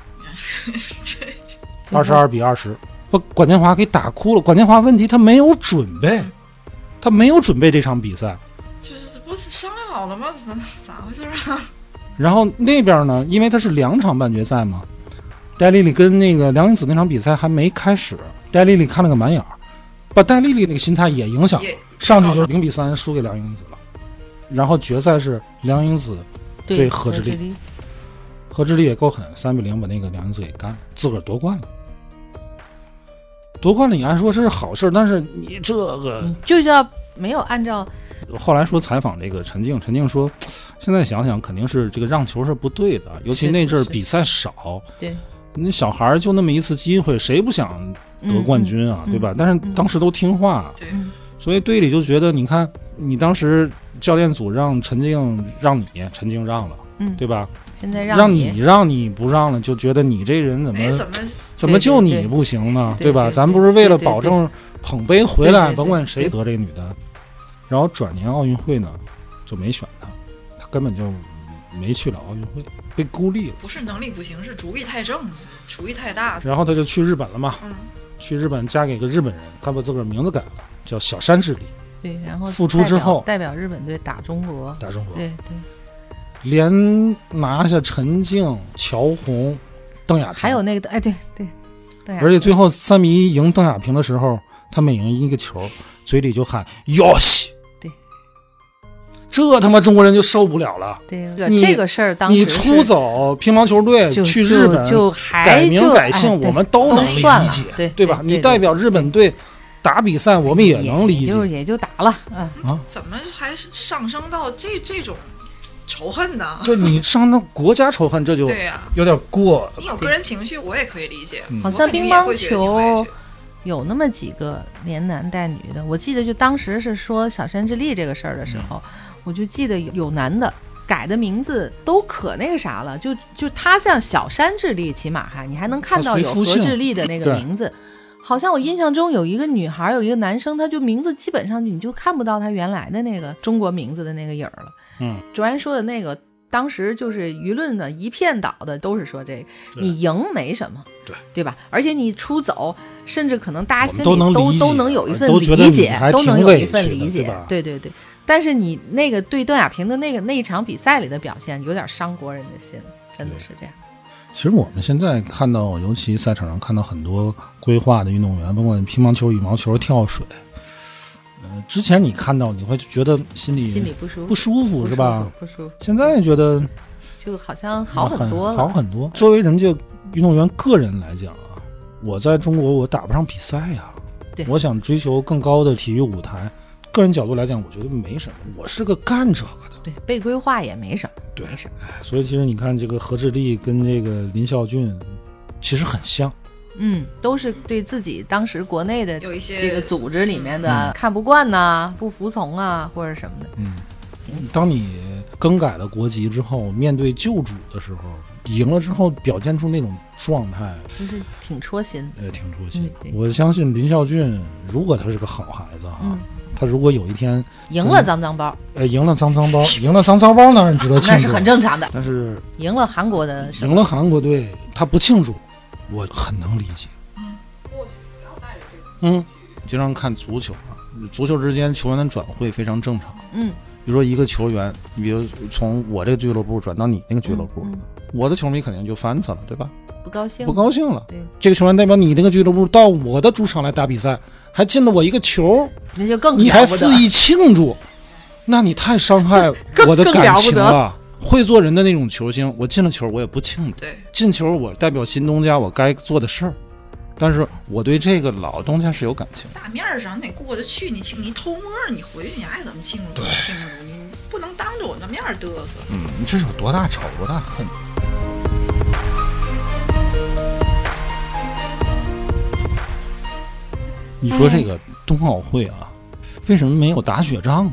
，22-20，把管建华给打哭了。管建华问题他没有准备，这场比赛， 就是不是商量好了吗？咋回事啊？ 然后那边呢，因为它是2场半决赛嘛，戴丽丽跟那个梁英子那场比赛还没开始，戴丽丽看了个满眼，把戴丽丽那个心态也影响了，上去就0-3输给梁英子了。然后决赛是梁英子对何志丽，何志丽也够狠，3-0把那个梁英子给干了，自个儿夺冠了。夺冠了，你按说是好事，但是你这个就叫没有按照。 后来说采访这个陈静说，现在想想肯定是这个让球是不对的，尤其那阵儿比赛少， 对， 那小孩就那么一次机会，谁不想得冠军啊，对吧？但是当时都听话，所以队里就觉得，你看你当时教练组让陈静让你，陈静让了，对吧？ 现在让你不让了，就觉得你这人怎么就你不行呢？对吧？咱不是为了保证捧杯回来，甭管谁得这个女的。然后转年奥运会呢，就没选他根本就没去了奥运会，被孤立了。 不是能力不行，是主意太正，主意太大。 然后他就去日本了嘛，去日本嫁给个日本人，他把自个儿名字改了，叫小山智丽。 对，然后复出之后代表日本队打中国，对， 连拿下陈静、乔红、邓亚萍， 还有那个对， 而且最后3-1赢邓亚萍的时候，他每赢一个球，嘴里就喊哟西。这他妈中国人就受不了了。 对，这个事儿当时你出走乒乓球队去日本， 就改名改姓，我们都能理解，对吧？你代表日本队打比赛，我们也能理解， 也就打了。 怎么还上升到这种仇恨呢？ 对，你上到国家仇恨，这就有点过。 你有个人情绪，我也可以理解。 好像乒乓球有那么几个连男带女的，我记得就当时是说小山智丽这个事儿的时候。我就记得有男的改的名字都可那个啥了，就他像小山智丽，起码你还能看到有何智丽的那个名字。好像我印象中有一个女孩，有一个男生，他就名字基本上你就看不到他原来的那个中国名字的那个影儿了。卓然说的那个，当时就是舆论的一片倒的都是说这个，你赢没什么，对吧？而且你出走，甚至可能大家心里都能有一份理解，都能有一份理解，对。但是你那个对邓亚萍的那一场比赛里的表现，有点伤国人的心，真的是这样。 其实我们现在看到，尤其赛场上看到很多规划的运动员，包括乒乓球、羽毛球、跳水，之前你看到你会觉得心里不舒服是吧？ 不舒服。 现在觉得就好像好很多了， 好很多。作为人家运动员个人来讲啊，我在中国我打不上比赛呀，我想追求更高的体育舞台。个人角度来讲，我觉得没什么，我是个干这个的， 对，被规划也没什么， 没什么。所以其实你看这个何智丽跟这个林孝俊其实很像， 都是对自己当时国内的有一些这个组织里面的看不惯呐、不服从啊或者什么的。 当你更改了国籍之后，面对旧主的时候，赢了之后表现出那种状态， 就是挺戳心， 挺戳心。我相信林孝俊，如果他是个好孩子哈。他如果有一天赢了脏脏包， 赢了脏脏包，赢了脏脏包当然值得庆祝， 那是很正常的。 但是赢了韩国队，他不庆祝，我很能理解。 或许不要带着这个。 经常看足球啊，足球之间球员的转会非常正常。比如说一个球员，你比如从我这个俱乐部转到你那个俱乐部，我的球迷肯定就翻车了，对吧？不高兴了。 对， 这个球员代表你这个俱乐部到我的主场来打比赛，还进了我一个球， 那就更你还肆意庆祝，那你太伤害我的感情了。会做人的那种球星，我进了球我也不庆祝，进球我代表新东家我该做的事儿，但是我对这个老东家是有感情。 大面上你得过得去，你偷摸你回去你爱怎么庆祝怎么庆祝，你不能当着我的面嘚瑟。 你这是有多大仇多大恨？你说这个冬奥会啊，为什么没有打雪仗？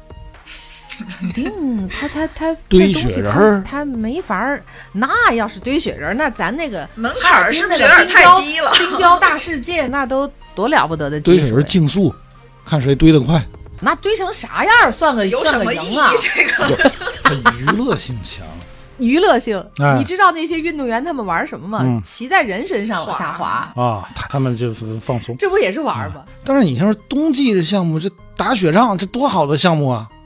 他堆雪人， 他没法儿。那要是堆雪人，那咱那个门槛是不是有点太低了？ 冰雕大世界那都多了不得的技术。堆雪人竞速，看谁堆得快。 那堆成啥样算个有什么意义？ 这个它娱乐性强。 娱乐性，你知道那些运动员他们玩什么吗？骑在人身上往下滑啊，他们就放松， 这不也是玩吗？ 但是你像说冬季的项目，这打雪仗，这多好的项目啊！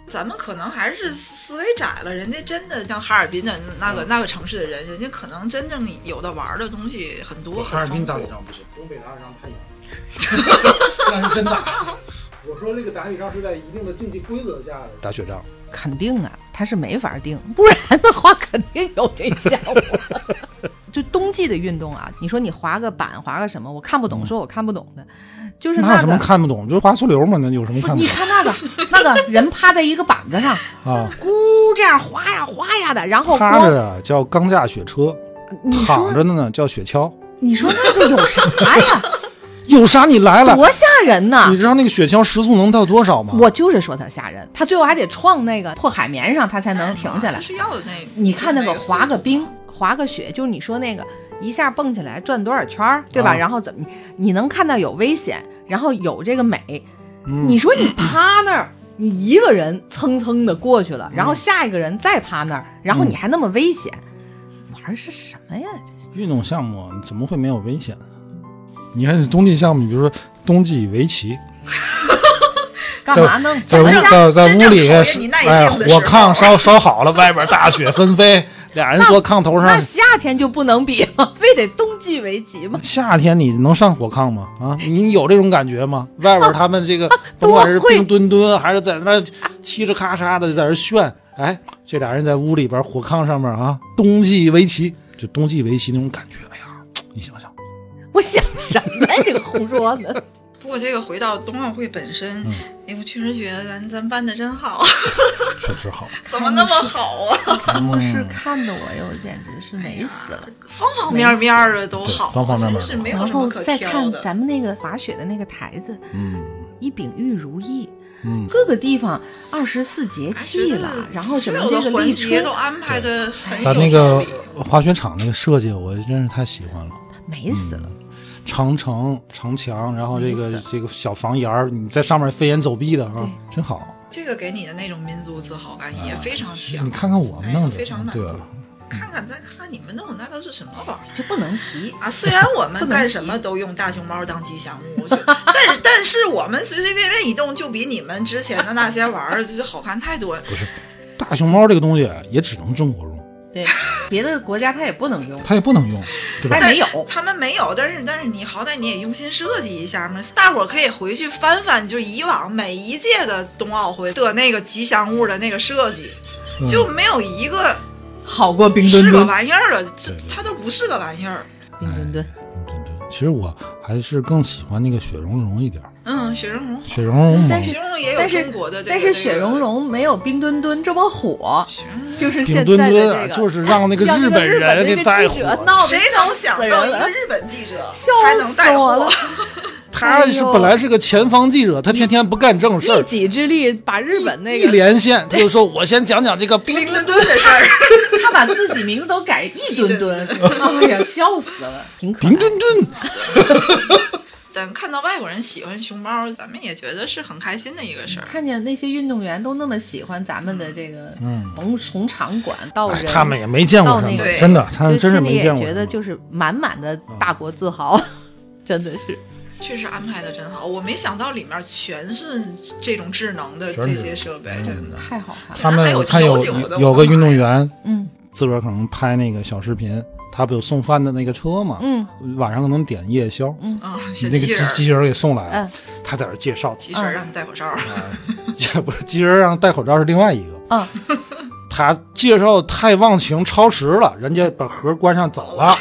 咱们可能还是思维窄了，人家真的像哈尔滨的那个城市的人，人家可能真正有的玩的东西很多。 哈尔滨打雪仗不行，东北打雪仗太严，那是真打。我说这个打雪仗是在一定的竞技规则下的打雪仗， 肯定啊，他是没法定，不然的话肯定有这项目。就冬季的运动啊，你说你滑个板滑个什么，我看不懂，说我看不懂的，就是那什么看不懂，就是滑速流嘛，那有什么看不懂？ 你看那个人趴在一个板子上啊，咕这样滑呀滑呀的，然后趴着啊叫钢架雪车，躺着的呢叫雪橇。 你说那个有啥呀？ 有啥你来了， 多吓人呢！ 你知道那个雪橇时速能到多少吗？ 我就是说它吓人，它最后还得撞那个破海绵上，它才能停下来。 就是要的那个。 你看那个滑个冰、滑个雪，就是你说那个一下蹦起来转多少圈，对吧？然后怎么你能看到有危险，然后有这个美。你说你趴那儿，你一个人蹭蹭的过去了，然后下一个人再趴那儿，然后你还那么危险，玩是什么呀？ 运动项目怎么会没有危险？你看冬季项目，比如说冬季围棋， 干嘛呢？ 在屋里，火炕烧好了，外边大雪纷飞，俩人坐炕头上。 那夏天就不能比吗？非得冬季围棋吗？ 夏天你能上火炕吗？啊，你有这种感觉吗？外边他们这个不管是冰墩墩，还是在那嘁哧咔嚓的在那炫，哎，这俩人在屋里边火炕上面啊，冬季围棋，就冬季围棋那种感觉，哎呀，你想想。 我想什么呀？这个胡说呢？ 不过这个回到冬奥会本身，我确实觉得咱办的真好， 确实好， 怎么那么好啊？ 开幕式看的我哟，简直是美死了， 方方面面的都好， 方方面面是没有什么可挑的。 然后再看咱们那个滑雪的那个台子，一饼玉如意。各个地方24节气了，然后什么这个立春都安排的很有咱那个滑雪场那个设计，我真是太喜欢了， 美死了。 长城、长墙，然后这个小房檐儿，你在上面飞檐走壁的啊，真好。 这个给你的那种民族自豪感也非常强。 你看看我们弄的， 非常满足。 对， 看看你们弄的那都是什么玩意儿？ 这不能提啊！虽然我们干什么都用大熊猫当吉祥物，但是我们随随便便一动就比你们之前的那些玩儿就是好看太多。 不是，大熊猫这个东西也只能中国用。 对，别的国家它也不能用， 它也不能用，对吧？ 没有， 他们没有，但是你好歹你也用心设计一下嘛。大伙儿可以回去翻翻，就以往每一届的冬奥会的那个吉祥物的那个设计，就没有一个好过冰墩墩， 是个玩意儿了，它都不是个玩意儿。 冰墩墩， 其实我还是更喜欢那个雪融融一点。 雪融融， 雪融融， 但是也有中国的但是雪融融没有冰墩墩这么火，就是现在的这个， 就是让那个日本人给带火， 谁能想到一个日本记者还能带火？ 他是本来是个前方记者，他天天不干正事儿， 一己之力把日本那个一连线，他就说我先讲讲这个冰墩墩的事儿， 他把自己名字都改一墩墩，哎呀，笑死了，挺可爱。 冰墩墩。 但看到外国人喜欢熊猫，咱们也觉得是很开心的一个事儿。 看见那些运动员都那么喜欢咱们的这个，从场馆到人， 他们也没见过什么，真的，他们真是没见过。 心里也觉得就是满满的大国自豪，真的是。 确实安排的真好，我没想到里面全是这种智能的这些设备，真的太好看了。 他们看有个运动员，自个儿可能拍那个小视频。他不有送饭的那个车吗？晚上可能点夜宵，那个机器人给送来了，他在这介绍， 机器人让你戴口罩， 不是机器人让戴口罩是另外一个，他介绍太忘情超时了，人家把盒关上走了，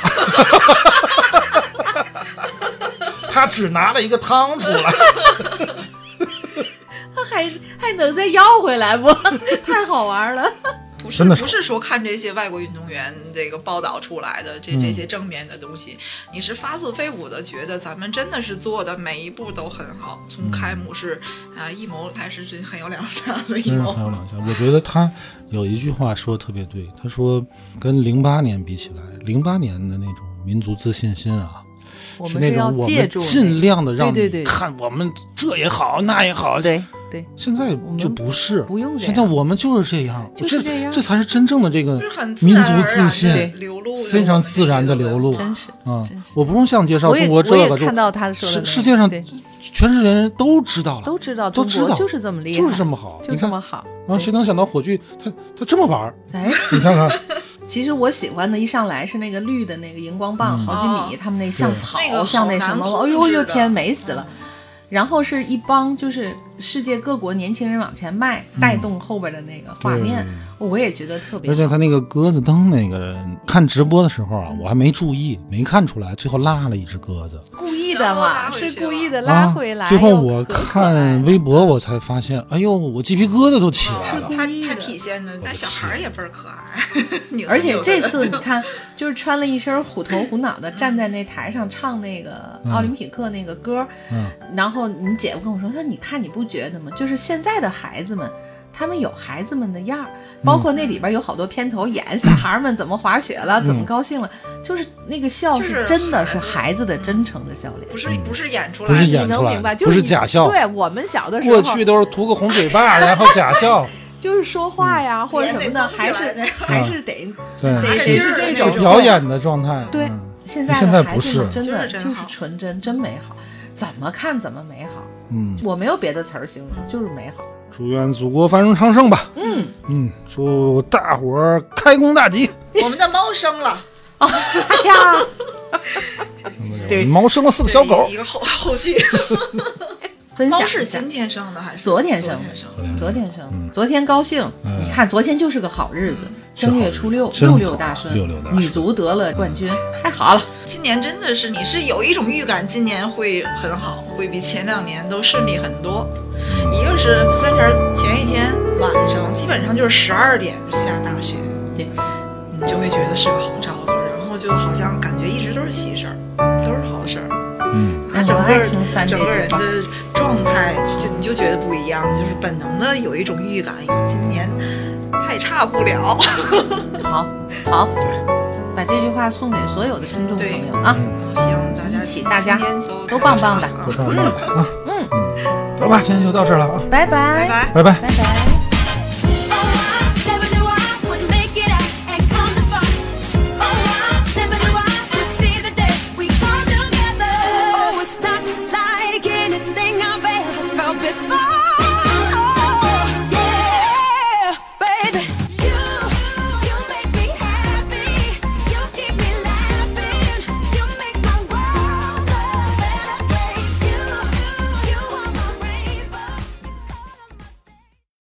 他只拿了一个汤出来， 他还能再要回来不？太好玩了。 不是说看这些外国运动员这个报道出来的这些正面的东西，你是发自肺腑的觉得咱们真的是做的每一步都很好，从开幕式一谋还是真很有两下的一谋， 很有两下。我觉得他有一句话说的特别对，他说跟08年比起来，08年的那种民族自信心啊， 是那种我们尽量的让你看我们这也好那也好， 对。 对， 现在就不是， 不用这样， 现在我们就是这样， 就是这样， 这才是真正的这个民族自信， 流露， 非常自然的流露， 真是啊！我不用像介绍中国这个， 我也看到他说的， 世界上全世界人都知道了， 都知道中国就是这么厉害， 就是这么好， 就这么好。 然后谁能想到火炬他这么玩？ 哎， 你看看。 其实我喜欢的一上来是那个绿的那个荧光棒，好几米，他们那像草，像那什么，哎呦天，美死了。然后是一帮就是世界各国年轻人往前迈，带动后边的那个画面，我也觉得特别好。 而且他那个鸽子灯那个看直播的时候啊，我还没注意，没看出来，最后落了一只鸽子， 故意的嘛，是故意的拉回来。 最后我看微博我才发现，哎呦，我鸡皮疙瘩都起来了。 他体现的那小孩也倍儿可爱。 而且这次你看，就是穿了一身虎头虎脑的，站在那台上唱那个奥林匹克那个歌，然后你姐夫跟我说，你看你不觉得吗？就是现在的孩子们，他们有孩子们的样儿，包括那里边有好多片头演小孩们怎么滑雪了，怎么高兴了，就是那个笑是真的是孩子的真诚的笑脸， 不是演出来的， 不是演出来， 你能明白， 不是假笑。 对，我们小的时候过去都是涂个红嘴巴，然后假笑。 就是说话呀，或者什么的，还是得是这种表演的状态。 对，现在的孩子们真的就是纯真，真美好，怎么看怎么美好。我没有别的词儿形容，就是美好。 祝愿祖国繁荣昌盛吧。祝大伙儿开工大吉。 我们的猫生了。 哎呀， 对，猫生了4个小狗。 一个后续。猫是今天生的还是昨天生的？昨天生，昨天高兴。你看，昨天就是个好日子，正月初六，66大顺，女足得了冠军，太好了。 今年真的是，你是有一种预感，今年会很好，会比前2年都顺利很多。一个是30前一天晚上，基本上就是12点下大雪， 对， 你就会觉得是个好兆头，然后就好像感觉一直都是喜事儿，都是好事儿。整个人的状态你就觉得不一样，就是本能的有一种预感，今年太差不了。 好，把这句话送给所有的听众朋友啊！ 希望大家都棒棒的， 得吧，今天就到这儿了啊！ 拜拜， 拜拜。 Before